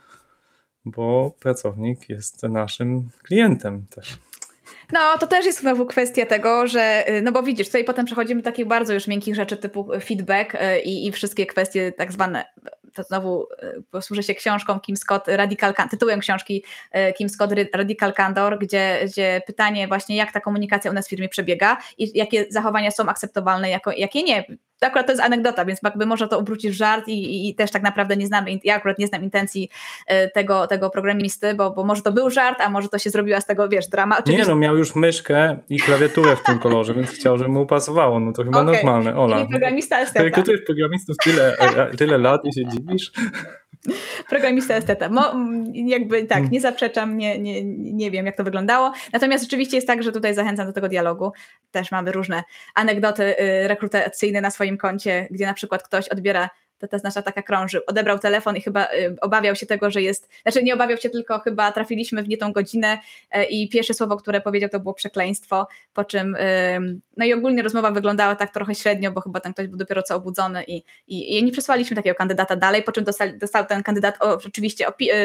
bo pracownik jest naszym klientem też. No, to też jest znowu kwestia tego, że, no bo widzisz, tutaj potem przechodzimy do takich bardzo już miękkich rzeczy typu feedback i wszystkie kwestie tak zwane, to znowu posłużę się książką Kim Scott, tytułem książki Kim Scott, Radical Candor, gdzie pytanie właśnie, jak ta komunikacja u nas w firmie przebiega i jakie zachowania są akceptowalne, jakie nie. Akurat to jest anegdota, więc jakby można to obrócić w żart i też tak naprawdę ja akurat nie znam intencji tego programisty, bo może to był żart, a może to się zrobiła z tego, wiesz, drama. Nie, no miał już myszkę i klawiaturę w tym kolorze, więc chciał, żeby mu pasowało, no to chyba normalne. Ola, czyli programista esteta. Rekrutujesz programistów tyle lat i się dziwisz? Programista esteta. Jakby tak, nie zaprzeczam, nie wiem, jak to wyglądało. Natomiast rzeczywiście jest tak, że tutaj zachęcam do tego dialogu. Też mamy różne anegdoty rekrutacyjne na swoim koncie, gdzie na przykład ktoś odbiera, to jest nasza taka krąży, odebrał telefon i chyba obawiał się tego, że nie obawiał się, tylko chyba trafiliśmy w nie tą godzinę i pierwsze słowo, które powiedział, to było przekleństwo, po czym no i ogólnie rozmowa wyglądała tak trochę średnio, bo chyba ten ktoś był dopiero co obudzony i nie przesłaliśmy takiego kandydata dalej, po czym dostał ten kandydat oczywiście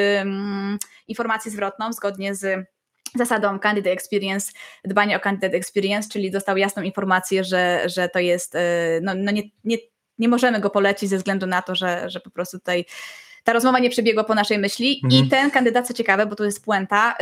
informację zwrotną zgodnie z zasadą candidate experience, dbanie o candidate experience, czyli dostał jasną informację, że to jest, nie możemy go polecić ze względu na to, że po prostu tutaj ta rozmowa nie przebiegła po naszej myśli i ten kandydat, co ciekawe, bo tu jest puenta,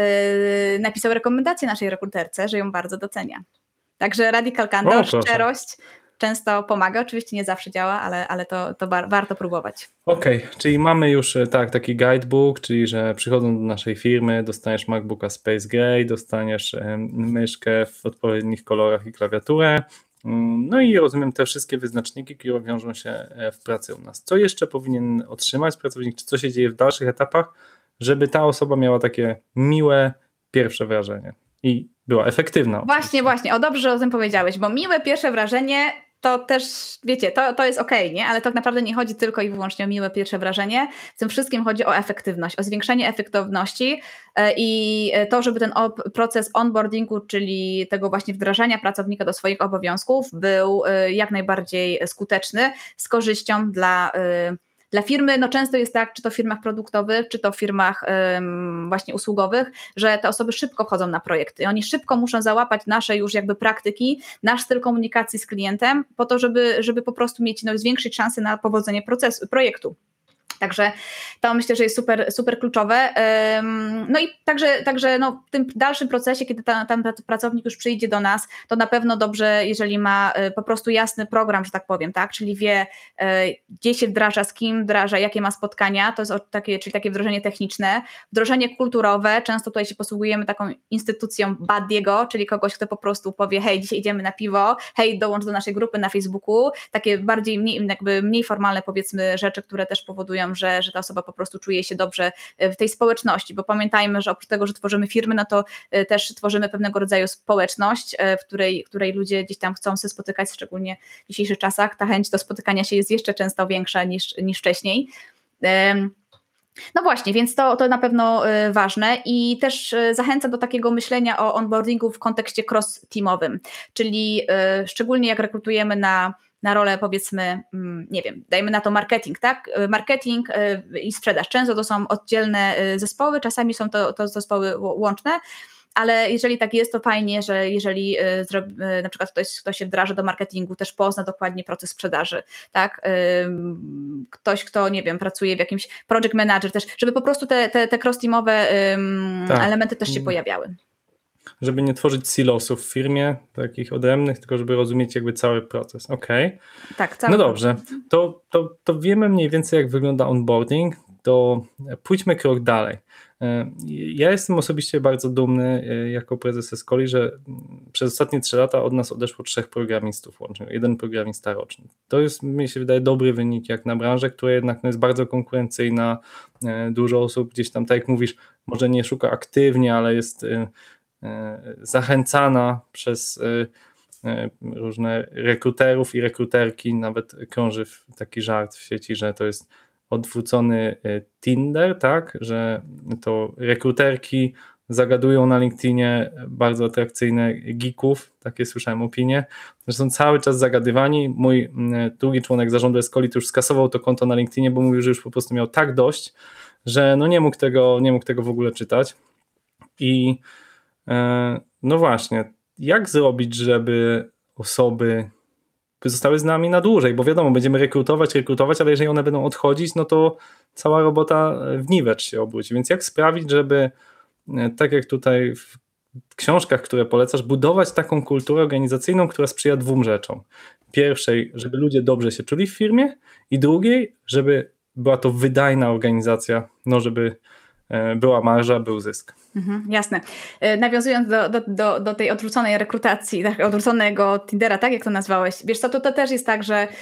napisał rekomendację naszej rekruterce, że ją bardzo docenia. Także radical candor, często pomaga. Oczywiście nie zawsze działa, ale to warto próbować. Okej, czyli mamy już taki guidebook, czyli że przychodząc do naszej firmy, dostaniesz MacBooka Space Gray, dostaniesz myszkę w odpowiednich kolorach i klawiaturę. No i rozumiem te wszystkie wyznaczniki, które wiążą się w pracy u nas. Co jeszcze powinien otrzymać pracownik, czy co się dzieje w dalszych etapach, żeby ta osoba miała takie miłe pierwsze wrażenie i była efektywna. Właśnie, dobrze, że o tym powiedziałeś, bo miłe pierwsze wrażenie to też, wiecie, to jest okej, nie? Ale tak naprawdę nie chodzi tylko i wyłącznie o miłe pierwsze wrażenie. W tym wszystkim chodzi o efektywność, o zwiększenie efektywności i to, żeby ten proces onboardingu, czyli tego właśnie wdrażania pracownika do swoich obowiązków był jak najbardziej skuteczny, z korzyścią dla firmy. No często jest tak, czy to w firmach produktowych, czy to w firmach właśnie usługowych, że te osoby szybko wchodzą na projekty. Oni szybko muszą załapać nasze już jakby praktyki, nasz styl komunikacji z klientem, po to, żeby po prostu mieć zwiększyć szanse na powodzenie projektu. Także to myślę, że jest super, super kluczowe. No i także w tym dalszym procesie, kiedy ten pracownik już przyjdzie do nas, to na pewno dobrze, jeżeli ma po prostu jasny program, że tak powiem, tak? Czyli wie, gdzie się wdraża, z kim wdraża, jakie ma spotkania, to jest czyli takie wdrożenie techniczne, wdrożenie kulturowe. Często tutaj się posługujemy taką instytucją buddiego, czyli kogoś, kto po prostu powie, hej, dzisiaj idziemy na piwo, hej, dołącz do naszej grupy na Facebooku. Takie bardziej mniej formalne, powiedzmy, rzeczy, które też powodują, że ta osoba po prostu czuje się dobrze w tej społeczności, bo pamiętajmy, że oprócz tego, że tworzymy firmy, no to też tworzymy pewnego rodzaju społeczność, w której ludzie gdzieś tam chcą się spotykać, szczególnie w dzisiejszych czasach. Ta chęć do spotykania się jest jeszcze często większa niż wcześniej. No właśnie, więc to na pewno ważne i też zachęca do takiego myślenia o onboardingu w kontekście cross-teamowym, czyli szczególnie jak rekrutujemy na rolę, powiedzmy, nie wiem, dajmy na to marketing, tak? Marketing i sprzedaż. Często to są oddzielne zespoły, czasami są to zespoły łączne, ale jeżeli tak jest, to fajnie, że jeżeli na przykład ktoś się wdraża do marketingu, też pozna dokładnie proces sprzedaży, tak? Ktoś, kto, nie wiem, pracuje w jakimś project manager też, żeby po prostu te cross-teamowe elementy też się pojawiały. Żeby nie tworzyć silosów w firmie, takich odrębnych, tylko żeby rozumieć jakby cały proces. Okej. Tak, cały No dobrze, to wiemy mniej więcej, jak wygląda onboarding, to pójdźmy krok dalej. Ja jestem osobiście bardzo dumny jako prezes Escoli, że przez ostatnie 3 lata od nas odeszło 3 programistów łącznie, 1 programista roczny. To jest, mi się wydaje, dobry wynik jak na branżę, która jednak jest bardzo konkurencyjna. Dużo osób gdzieś tam, tak jak mówisz, może nie szuka aktywnie, ale jest zachęcana przez różne rekruterów i rekruterki, nawet krąży taki żart w sieci, że to jest odwrócony Tinder, tak, że to rekruterki zagadują na LinkedInie bardzo atrakcyjne geeków, takie słyszałem opinie, że są cały czas zagadywani. Mój drugi członek zarządu Escoli już skasował to konto na LinkedInie, bo mówił, że już po prostu miał tak dość, że no nie mógł tego w ogóle czytać. I no właśnie, jak zrobić, żeby osoby zostały z nami na dłużej, bo wiadomo, będziemy rekrutować, ale jeżeli one będą odchodzić, no to cała robota w niwecz się obróci, więc jak sprawić, żeby tak jak tutaj w książkach, które polecasz, budować taką kulturę organizacyjną, która sprzyja 2 rzeczom. Pierwszej, żeby ludzie dobrze się czuli w firmie i drugiej, żeby była to wydajna organizacja, no żeby była marża, był zysk. Jasne. Nawiązując do tej odwróconej rekrutacji, tak, odwróconego Tindera, tak jak to nazwałeś, wiesz co, to też jest tak, że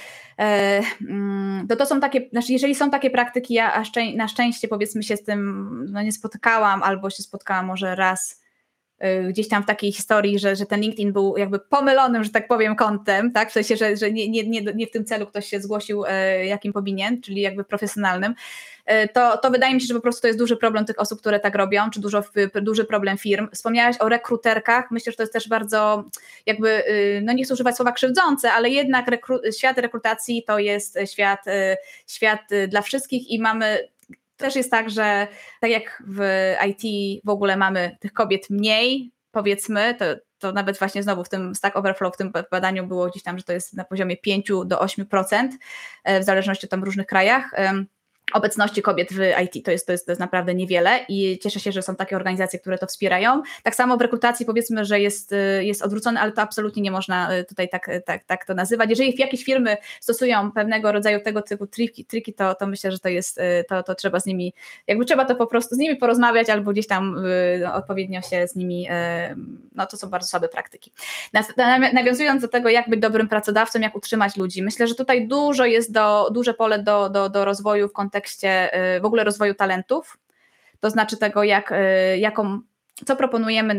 to są takie, znaczy jeżeli są takie praktyki, ja na szczęście powiedzmy się z tym nie spotykałam, albo się spotkałam może raz gdzieś tam w takiej historii, że ten LinkedIn był jakby pomylonym, że tak powiem, kontem, tak? W sensie, że nie w tym celu ktoś się zgłosił, jakim powinien, czyli jakby profesjonalnym, to wydaje mi się, że po prostu to jest duży problem tych osób, które tak robią, czy duży problem firm. Wspomniałaś o rekruterkach, myślę, że to jest też bardzo jakby, no nie chcę używać słowa krzywdzące, ale jednak świat rekrutacji to jest świat dla wszystkich i też jest tak, że tak jak w IT w ogóle mamy tych kobiet mniej, powiedzmy, to nawet właśnie znowu w tym Stack Overflow, w tym badaniu było gdzieś tam, że to jest na poziomie 5 do 8%, w zależności od tam różnych krajach. obecności kobiet w IT. To jest naprawdę niewiele i cieszę się, że są takie organizacje, które to wspierają. Tak samo w rekrutacji powiedzmy, że jest odwrócone, ale to absolutnie nie można tutaj tak to nazywać. Jeżeli jakieś firmy stosują pewnego rodzaju tego typu triki, to myślę, że to trzeba z nimi, trzeba to po prostu z nimi porozmawiać albo gdzieś tam odpowiednio się z nimi, to są bardzo słabe praktyki. Nawiązując do tego, jak być dobrym pracodawcą, jak utrzymać ludzi, myślę, że tutaj duże pole do rozwoju w kontekście w ogóle rozwoju talentów, to znaczy tego, co proponujemy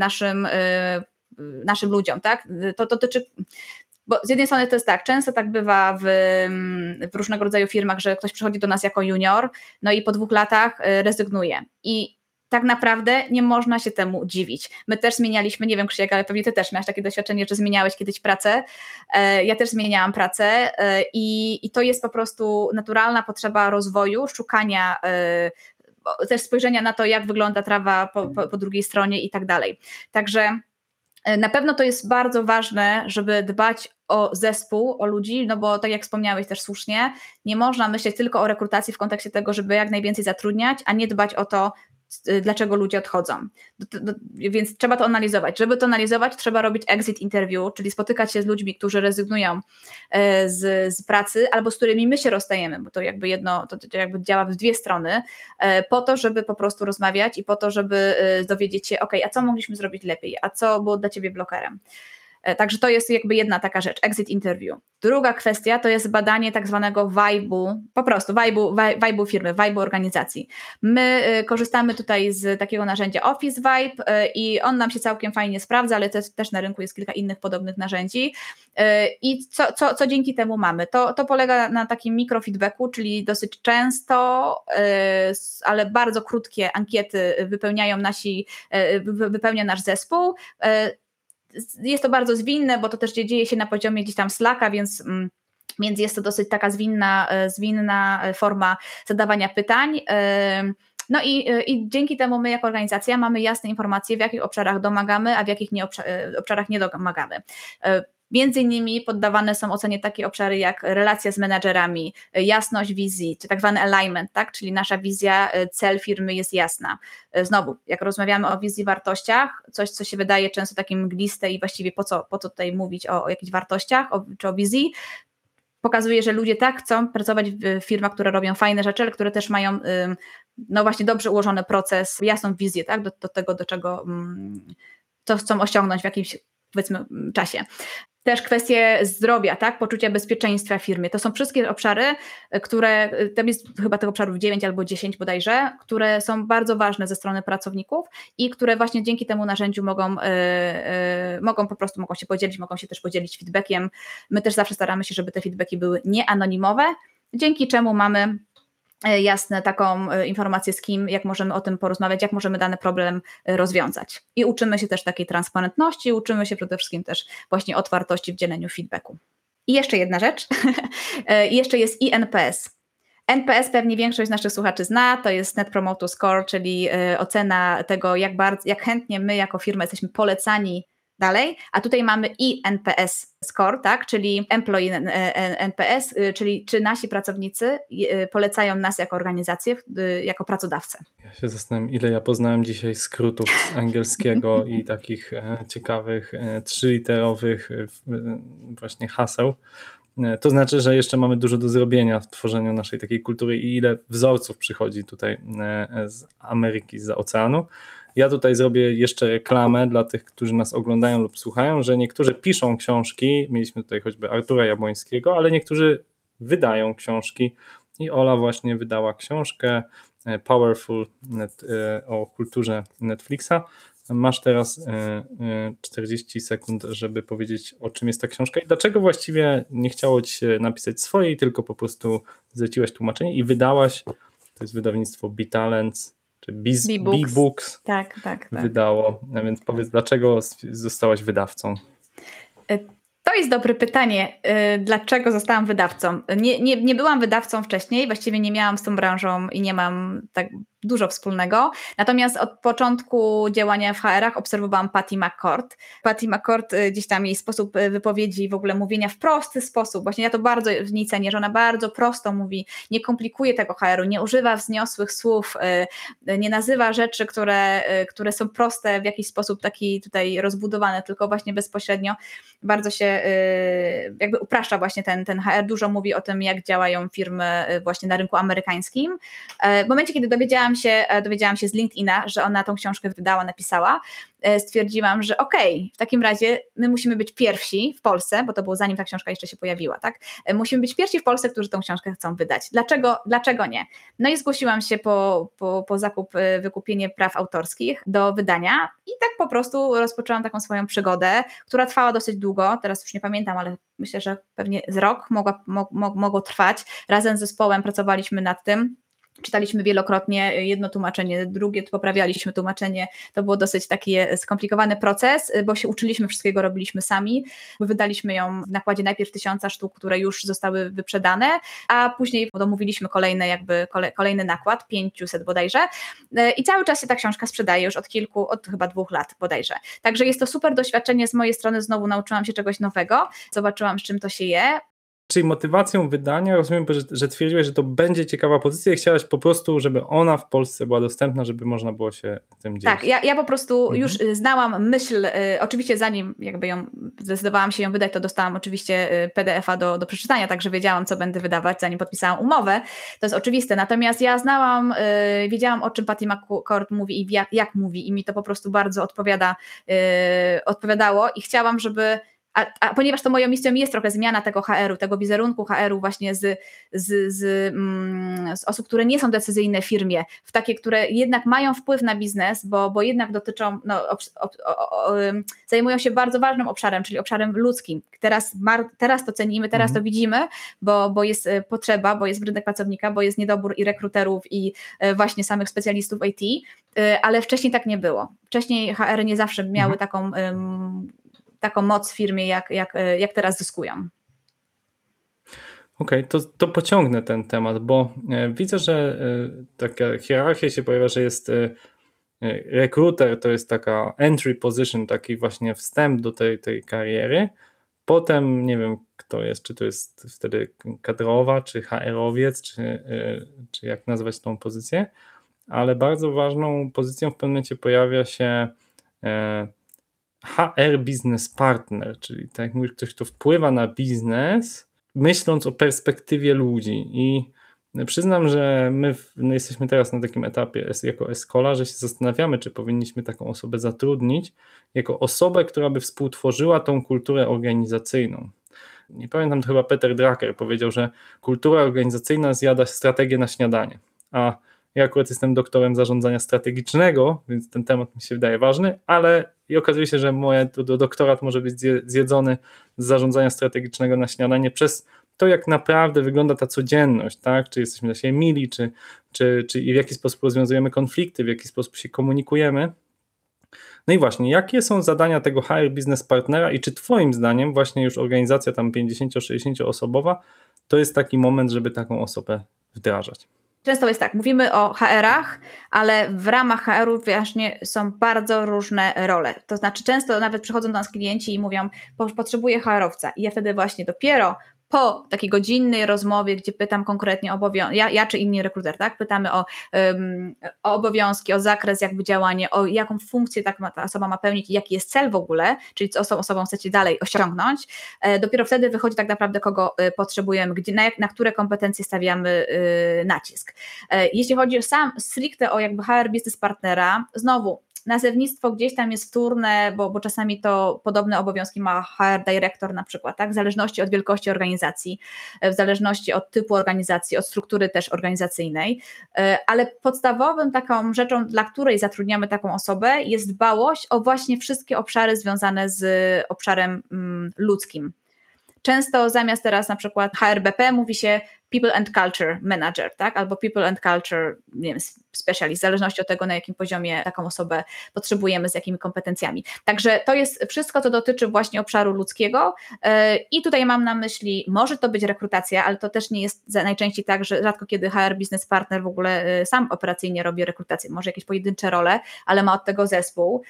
naszym ludziom, tak? To dotyczy, bo z jednej strony to jest tak, często tak bywa w różnego rodzaju firmach, że ktoś przychodzi do nas jako junior, no i po 2 latach rezygnuje i tak naprawdę nie można się temu dziwić. My też zmienialiśmy, nie wiem Krzysiek, ale pewnie ty też miałeś takie doświadczenie, że zmieniałeś kiedyś pracę. Ja też zmieniałam pracę i to jest po prostu naturalna potrzeba rozwoju, szukania, też spojrzenia na to, jak wygląda trawa po drugiej stronie i tak dalej. Także na pewno to jest bardzo ważne, żeby dbać o zespół, o ludzi, no bo tak jak wspomniałeś też słusznie, nie można myśleć tylko o rekrutacji w kontekście tego, żeby jak najwięcej zatrudniać, a nie dbać o to, dlaczego ludzie odchodzą. Więc trzeba to analizować. Żeby to analizować, trzeba robić exit interview, czyli spotykać się z ludźmi, którzy rezygnują z pracy albo z którymi my się rozstajemy, bo to to jakby działa w 2 strony, po to, żeby po prostu rozmawiać i po to, żeby dowiedzieć się, a co mogliśmy zrobić lepiej, a co było dla ciebie blokerem. Także to jest jakby jedna taka rzecz, exit interview. Druga kwestia to jest badanie tak zwanego vibe'u, po prostu vibe'u firmy, vibe'u organizacji. My korzystamy tutaj z takiego narzędzia Office Vibe i on nam się całkiem fajnie sprawdza, ale też na rynku jest kilka innych podobnych narzędzi. I co dzięki temu mamy? To polega na takim mikrofeedbacku, czyli dosyć często, ale bardzo krótkie ankiety wypełnia nasz zespół. Jest to bardzo zwinne, bo to też dzieje się na poziomie gdzieś tam Slacka, więc jest to dosyć taka zwinna forma zadawania pytań. No i dzięki temu my jako organizacja mamy jasne informacje, w jakich obszarach domagamy, a w jakich obszarach nie domagamy. Między innymi poddawane są ocenie takie obszary jak relacja z menadżerami, jasność wizji, czy tak zwany alignment, tak? Czyli nasza wizja, cel firmy jest jasna. Znowu, jak rozmawiamy o wizji, wartościach, coś, co się wydaje często takim mgliste i właściwie po co tutaj mówić o jakichś wartościach czy o wizji, pokazuje, że ludzie tak chcą pracować w firmach, które robią fajne rzeczy, ale które też mają właśnie dobrze ułożony proces, jasną wizję, tak? do tego, do czego co chcą osiągnąć w jakimś, powiedzmy, czasie. Też kwestie zdrowia, tak? Poczucia bezpieczeństwa w firmie. To są wszystkie obszary, które, tam jest chyba tych obszarów 9 albo 10 bodajże, które są bardzo ważne ze strony pracowników i które właśnie dzięki temu narzędziu mogą się podzielić, mogą się też podzielić feedbackiem. My też zawsze staramy się, żeby te feedbacki były nieanonimowe, dzięki czemu mamy jasne taką informację, z kim, jak możemy o tym porozmawiać, jak możemy dany problem rozwiązać. I uczymy się też takiej transparentności, uczymy się przede wszystkim też właśnie otwartości w dzieleniu feedbacku. I jeszcze jedna rzecz, jeszcze jest NPS. NPS pewnie większość z naszych słuchaczy zna, to jest Net Promoter Score, czyli ocena tego, jak chętnie my jako firma jesteśmy polecani dalej, a tutaj mamy NPS score, tak, czyli Employee NPS, czyli czy nasi pracownicy polecają nas jako organizację, jako pracodawcę. Ja się zastanawiam, ile ja poznałem dzisiaj skrótów z angielskiego i takich ciekawych 3-literowych właśnie haseł. To znaczy, że jeszcze mamy dużo do zrobienia w tworzeniu naszej takiej kultury i ile wzorców przychodzi tutaj z Ameryki, zza oceanu. Ja tutaj zrobię jeszcze reklamę dla tych, którzy nas oglądają lub słuchają, że niektórzy piszą książki, mieliśmy tutaj choćby Artura Jabłońskiego, ale niektórzy wydają książki i Ola właśnie wydała książkę Powerful o kulturze Netflixa. Masz teraz 40 sekund, żeby powiedzieć, o czym jest ta książka i dlaczego właściwie nie chciało ci się napisać swojej, tylko po prostu zleciłaś tłumaczenie i wydałaś, to jest wydawnictwo BeTalents, czy B-Books tak. wydało, więc powiedz, dlaczego zostałaś wydawcą? To jest dobre pytanie, dlaczego zostałam wydawcą. Nie byłam wydawcą wcześniej, właściwie nie miałam z tą branżą i nie mam tak dużo wspólnego. Natomiast od początku działania w HR-ach obserwowałam Patty McCord. Patty McCord, gdzieś tam jej sposób wypowiedzi, w ogóle mówienia w prosty sposób, właśnie ja to bardzo w niej cenię, że ona bardzo prosto mówi, nie komplikuje tego HR-u, nie używa wzniosłych słów, nie nazywa rzeczy, które są proste, w jakiś sposób taki tutaj rozbudowane, tylko właśnie bezpośrednio bardzo się jakby upraszcza właśnie ten HR, dużo mówi o tym, jak działają firmy właśnie na rynku amerykańskim. W momencie, kiedy dowiedziałam się z LinkedIna, że ona tą książkę wydała, napisała, stwierdziłam, że okej, w takim razie my musimy być pierwsi w Polsce, bo to było zanim ta książka jeszcze się pojawiła, tak? Musimy być pierwsi w Polsce, którzy tą książkę chcą wydać. Dlaczego nie? No i zgłosiłam się po wykupienie praw autorskich do wydania i tak po prostu rozpoczęłam taką swoją przygodę, która trwała dosyć długo, teraz już nie pamiętam, ale myślę, że pewnie z rok mogło trwać. Razem z zespołem pracowaliśmy nad tym. Czytaliśmy wielokrotnie jedno tłumaczenie, drugie poprawialiśmy tłumaczenie. To był dosyć taki skomplikowany proces, bo się uczyliśmy wszystkiego, robiliśmy sami. Wydaliśmy ją w nakładzie najpierw 1000 sztuk, które już zostały wyprzedane, a później domówiliśmy kolejny nakład, 500 bodajże. I cały czas się ta książka sprzedaje już od chyba 2 lat bodajże. Także jest to super doświadczenie z mojej strony, znowu nauczyłam się czegoś nowego, zobaczyłam, z czym to się je. Czyli motywacją wydania, rozumiem, że twierdziłeś, że to będzie ciekawa pozycja i chciałaś po prostu, żeby ona w Polsce była dostępna, żeby można było się tym dzielić. Tak, ja po prostu już znałam myśl, oczywiście zanim jakby zdecydowałam się ją wydać, to dostałam oczywiście PDF-a do przeczytania, także wiedziałam, co będę wydawać, zanim podpisałam umowę, to jest oczywiste, natomiast ja wiedziałam, o czym Patty McCord mówi i jak mówi i mi to po prostu bardzo odpowiadało i chciałam, żeby A ponieważ to moją misją jest trochę zmiana tego HR-u, tego wizerunku HR-u właśnie z osób, które nie są decyzyjne w firmie, w takie, które jednak mają wpływ na biznes, bo jednak dotyczą, zajmują się bardzo ważnym obszarem, czyli obszarem ludzkim. Teraz to cenimy, teraz to widzimy, bo jest potrzeba, bo jest rynek pracownika, bo jest niedobór i rekruterów i właśnie samych specjalistów IT, ale wcześniej tak nie było. Wcześniej HR nie zawsze miały taką moc w firmie, jak teraz zyskują. Okej, to pociągnę ten temat, bo widzę, że taka hierarchia się pojawia, że jest rekruter, to jest taka entry position, taki właśnie wstęp do tej kariery. Potem nie wiem, kto jest, czy to jest wtedy kadrowa, czy HR-owiec, czy jak nazwać tą pozycję, ale bardzo ważną pozycją w pewnym momencie pojawia się HR Business Partner, czyli tak jak mówisz, ktoś, kto wpływa na biznes, myśląc o perspektywie ludzi. I przyznam, że my jesteśmy teraz na takim etapie jako Escola, że się zastanawiamy, czy powinniśmy taką osobę zatrudnić jako osobę, która by współtworzyła tą kulturę organizacyjną. Nie pamiętam, to chyba Peter Drucker powiedział, że kultura organizacyjna zjada strategię na śniadanie, a ja akurat jestem doktorem zarządzania strategicznego, więc ten temat mi się wydaje ważny, ale i okazuje się, że mój doktorat może być zjedzony z zarządzania strategicznego na śniadanie przez to, jak naprawdę wygląda ta codzienność, tak? Czy jesteśmy dla siebie mili, czy w jaki sposób rozwiązujemy konflikty, w jaki sposób się komunikujemy. No i właśnie, jakie są zadania tego HR Business Partnera i czy twoim zdaniem właśnie już organizacja tam 50-60 osobowa to jest taki moment, żeby taką osobę wdrażać? Często jest tak, mówimy o HR-ach, ale w ramach HR-u właśnie są bardzo różne role. To znaczy często nawet przychodzą do nas klienci i mówią, potrzebuję HR-owca. I ja wtedy właśnie dopiero po takiej godzinnej rozmowie, gdzie pytam konkretnie ja czy inni rekruter, tak? Pytamy o obowiązki, o zakres jakby działania, o jaką funkcję ta osoba ma pełnić i jaki jest cel w ogóle, czyli co osobą chcecie dalej osiągnąć. Dopiero wtedy wychodzi tak naprawdę, kogo potrzebujemy, na które kompetencje stawiamy nacisk. Jeśli chodzi stricte o jakby HR Business Partnera, znowu nazewnictwo gdzieś tam jest wtórne, bo czasami to podobne obowiązki ma HR Director na przykład, tak? W zależności od wielkości organizacji, w zależności od typu organizacji, od struktury też organizacyjnej, ale podstawowym taką rzeczą, dla której zatrudniamy taką osobę, jest dbałość o właśnie wszystkie obszary związane z obszarem ludzkim. Często zamiast teraz na przykład HRBP mówi się People and Culture Manager, tak? Albo People and Culture, nie wiem, Specialist, w zależności od tego, na jakim poziomie taką osobę potrzebujemy, z jakimi kompetencjami. Także to jest wszystko, co dotyczy właśnie obszaru ludzkiego i tutaj mam na myśli, może to być rekrutacja, ale to też nie jest najczęściej tak, że rzadko kiedy HR Business Partner w ogóle sam operacyjnie robi rekrutację, może jakieś pojedyncze role, ale ma od tego zespół,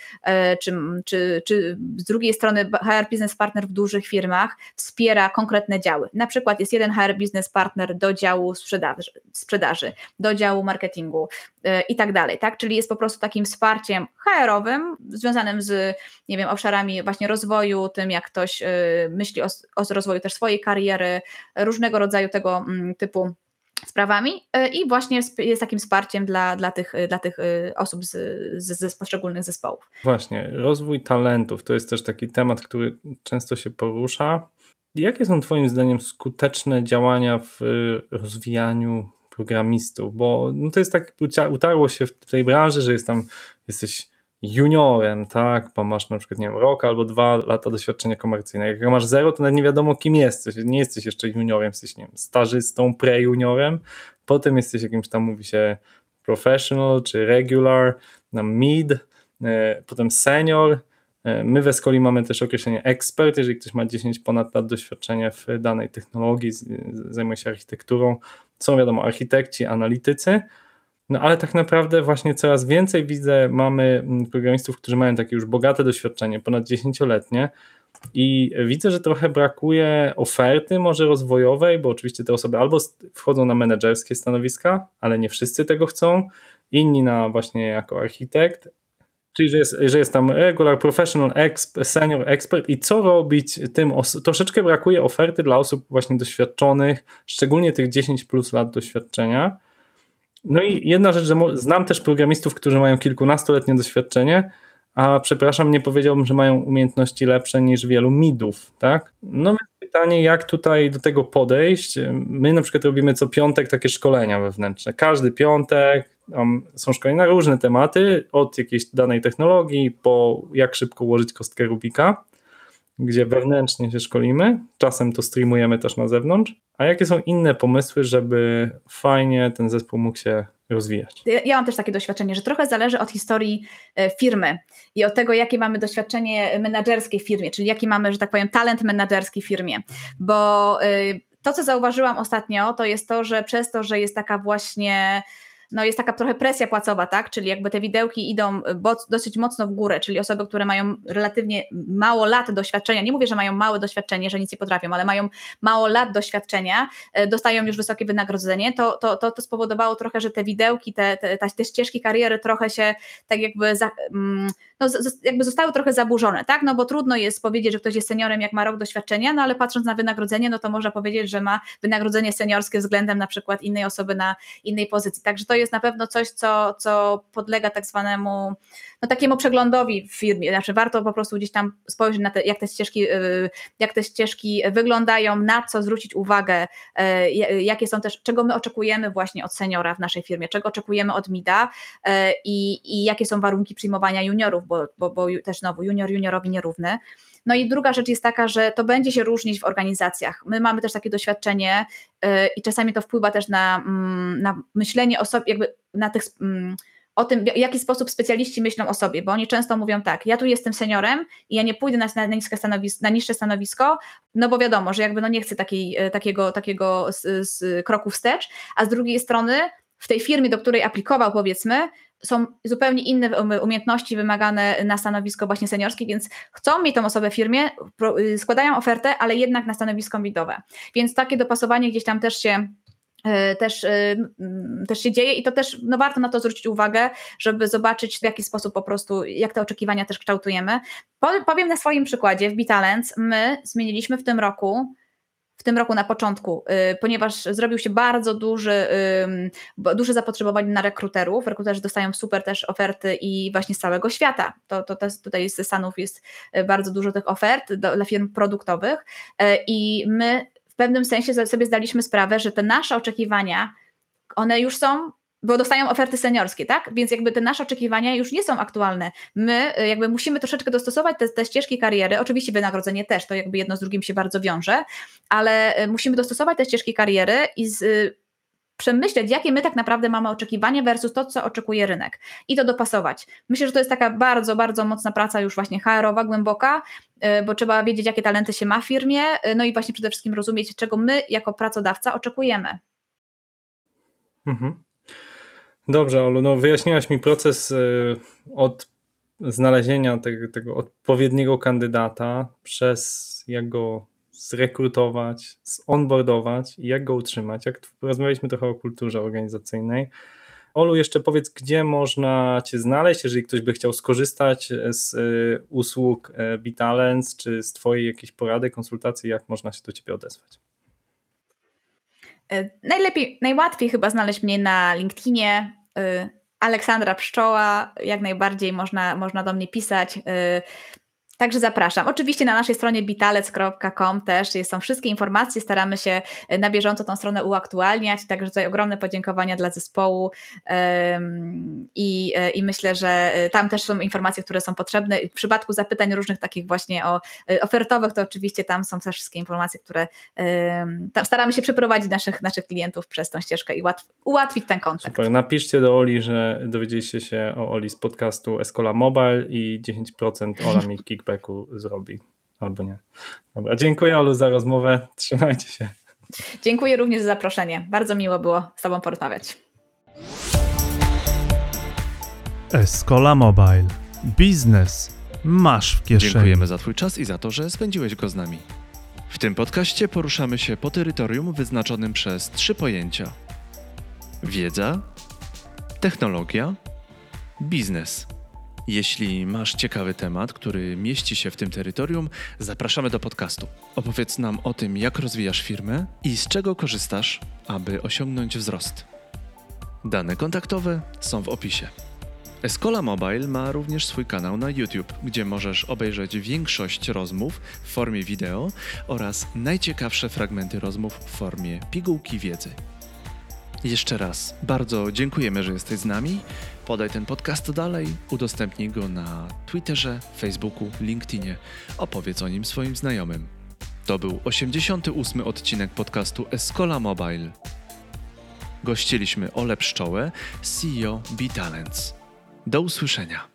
czy z drugiej strony HR Business Partner w dużych firmach wspiera konkretne działy. Na przykład jest jeden HR Business Partner do działu sprzedaży, do działu marketingu i tak dalej, tak? Czyli jest po prostu takim wsparciem HR-owym związanym z, nie wiem, obszarami właśnie rozwoju, tym jak ktoś myśli o rozwoju też swojej kariery, różnego rodzaju tego typu sprawami i właśnie jest takim wsparciem dla tych osób z poszczególnych zespołów. Właśnie, rozwój talentów to jest też taki temat, który często się porusza. Jakie są Twoim zdaniem skuteczne działania w rozwijaniu programistów? Bo to jest tak, utarło się w tej branży, że jesteś juniorem, tak, bo masz na przykład, nie wiem, rok albo 2 lata doświadczenia komercyjnego. Jak masz 0, to nawet nie wiadomo, kim jesteś. Nie jesteś jeszcze juniorem, jesteś, nie wiem, stażystą, pre-juniorem, potem jesteś jakimś tam, mówi się, professional czy regular, mid, potem senior. My w Escoli mamy też określenie ekspert, jeżeli ktoś ma 10 ponad lat doświadczenia w danej technologii, zajmuje się architekturą. Są, wiadomo, architekci, analitycy, no ale tak naprawdę właśnie coraz więcej mamy programistów, którzy mają takie już bogate doświadczenie, ponad 10-letnie i widzę, że trochę brakuje oferty może rozwojowej, bo oczywiście te osoby albo wchodzą na menedżerskie stanowiska, ale nie wszyscy tego chcą, inni na właśnie jako architekt, czyli że jest tam regular, professional, senior, expert i co robić tym troszeczkę brakuje oferty dla osób właśnie doświadczonych, szczególnie tych 10 plus lat doświadczenia. No i jedna rzecz, że znam też programistów, którzy mają kilkunastoletnie doświadczenie, a przepraszam, nie powiedziałbym, że mają umiejętności lepsze niż wielu midów, tak? No więc pytanie, jak tutaj do tego podejść? My na przykład robimy co piątek takie szkolenia wewnętrzne. Każdy piątek są szkolenia na różne tematy, od jakiejś danej technologii po jak szybko ułożyć kostkę Rubika, gdzie wewnętrznie się szkolimy, czasem to streamujemy też na zewnątrz. A jakie są inne pomysły, żeby fajnie ten zespół mógł się rozwijać? Ja mam też takie doświadczenie, że trochę zależy od historii firmy i od tego, jakie mamy doświadczenie menadżerskie w firmie, czyli jaki mamy, że tak powiem, talent menadżerski w firmie, bo to, co zauważyłam ostatnio, to jest to, że przez to, że jest taka właśnie jest taka trochę presja płacowa, tak? Czyli jakby te widełki idą dosyć mocno w górę, czyli osoby, które mają relatywnie mało lat doświadczenia, nie mówię, że mają małe doświadczenie, że nic nie potrafią, ale mają mało lat doświadczenia, dostają już wysokie wynagrodzenie, to spowodowało trochę, że te widełki, te ścieżki kariery trochę się tak jakby jakby zostały trochę zaburzone, tak? No bo trudno jest powiedzieć, że ktoś jest seniorem, jak ma rok doświadczenia, no ale patrząc na wynagrodzenie, no to można powiedzieć, że ma wynagrodzenie seniorskie względem na przykład innej osoby na innej pozycji. Także to jest na pewno coś, co podlega tak zwanemu takiemu przeglądowi w firmie. Znaczy warto po prostu gdzieś tam spojrzeć na jak te ścieżki wyglądają, na co zwrócić uwagę, jakie są też, czego my oczekujemy właśnie od seniora w naszej firmie, czego oczekujemy od mida i jakie są warunki przyjmowania juniorów, bo też znowu juniorowi nierówny. No i druga rzecz jest taka, że to będzie się różnić w organizacjach. My mamy też takie doświadczenie i czasami to wpływa też na myślenie o sobie, jakby o tym, w jaki sposób specjaliści myślą o sobie, bo oni często mówią tak, ja tu jestem seniorem i ja nie pójdę na niższe stanowisko, no bo wiadomo, że jakby nie chcę takiego kroku wstecz, a z drugiej strony w tej firmie, do której aplikował, powiedzmy, są zupełnie inne umiejętności wymagane na stanowisko właśnie seniorskie, więc chcą mieć tą osobę w firmie, składają ofertę, ale jednak na stanowisko midowe. Więc takie dopasowanie gdzieś tam też się dzieje i to też warto na to zwrócić uwagę, żeby zobaczyć, w jaki sposób po prostu, jak te oczekiwania też kształtujemy. Powiem na swoim przykładzie, w BeTalents my zmieniliśmy w tym roku na początku, ponieważ zrobił się bardzo duże zapotrzebowanie na rekruterów. Rekruterzy dostają super też oferty i właśnie z całego świata. To tutaj ze Stanów jest bardzo dużo tych ofert dla firm produktowych i my w pewnym sensie sobie zdaliśmy sprawę, że te nasze oczekiwania, one już są bo dostają oferty seniorskie, tak? Więc jakby te nasze oczekiwania już nie są aktualne. My jakby musimy troszeczkę dostosować te ścieżki kariery, oczywiście wynagrodzenie też, to jakby jedno z drugim się bardzo wiąże, ale musimy dostosować te ścieżki kariery i przemyśleć, jakie my tak naprawdę mamy oczekiwania versus to, co oczekuje rynek i to dopasować. Myślę, że to jest taka bardzo, bardzo mocna praca już właśnie HR-owa, głęboka, bo trzeba wiedzieć, jakie talenty się ma w firmie, no i właśnie przede wszystkim rozumieć, czego my jako pracodawca oczekujemy. Mhm. Dobrze, Olu, no wyjaśniłaś mi proces od znalezienia tego odpowiedniego kandydata przez jak go zrekrutować, zonboardować i jak go utrzymać. Jak rozmawialiśmy trochę o kulturze organizacyjnej. Olu, jeszcze powiedz, gdzie można Cię znaleźć, jeżeli ktoś by chciał skorzystać z usług BeTalents, czy z Twojej jakiejś porady, konsultacji, jak można się do Ciebie odezwać? Najłatwiej chyba znaleźć mnie na LinkedInie, Aleksandra Pszczoła, jak najbardziej można do mnie pisać. Także zapraszam. Oczywiście na naszej stronie betalents.com też są wszystkie informacje, staramy się na bieżąco tą stronę uaktualniać, także tutaj ogromne podziękowania dla zespołu i myślę, że tam też są informacje, które są potrzebne. W przypadku zapytań różnych takich właśnie ofertowych, to oczywiście tam są też wszystkie informacje, które tam staramy się przeprowadzić naszych klientów przez tą ścieżkę i ułatwić ten kontakt. Super. Napiszcie do Oli, że dowiedzieliście się o Oli z podcastu Escola Mobile i 10% Ola mi kickbacku zrobi, albo nie. Dobra, dziękuję Olu za rozmowę, trzymajcie się. Dziękuję również za zaproszenie, bardzo miło było z Tobą porozmawiać. Escola Mobile. Biznes masz w kieszeni. Dziękujemy za Twój czas i za to, że spędziłeś go z nami. W tym podcaście poruszamy się po terytorium wyznaczonym przez 3 pojęcia: wiedza, technologia, biznes. Jeśli masz ciekawy temat, który mieści się w tym terytorium, zapraszamy do podcastu. Opowiedz nam o tym, jak rozwijasz firmę i z czego korzystasz, aby osiągnąć wzrost. Dane kontaktowe są w opisie. Escola Mobile ma również swój kanał na YouTube, gdzie możesz obejrzeć większość rozmów w formie wideo oraz najciekawsze fragmenty rozmów w formie pigułki wiedzy. Jeszcze raz bardzo dziękujemy, że jesteś z nami. Podaj ten podcast dalej, udostępnij go na Twitterze, Facebooku, LinkedInie. Opowiedz o nim swoim znajomym. To był 88. odcinek podcastu Escola Mobile. Gościliśmy Olę Pszczołę, CEO BeTalents. Do usłyszenia.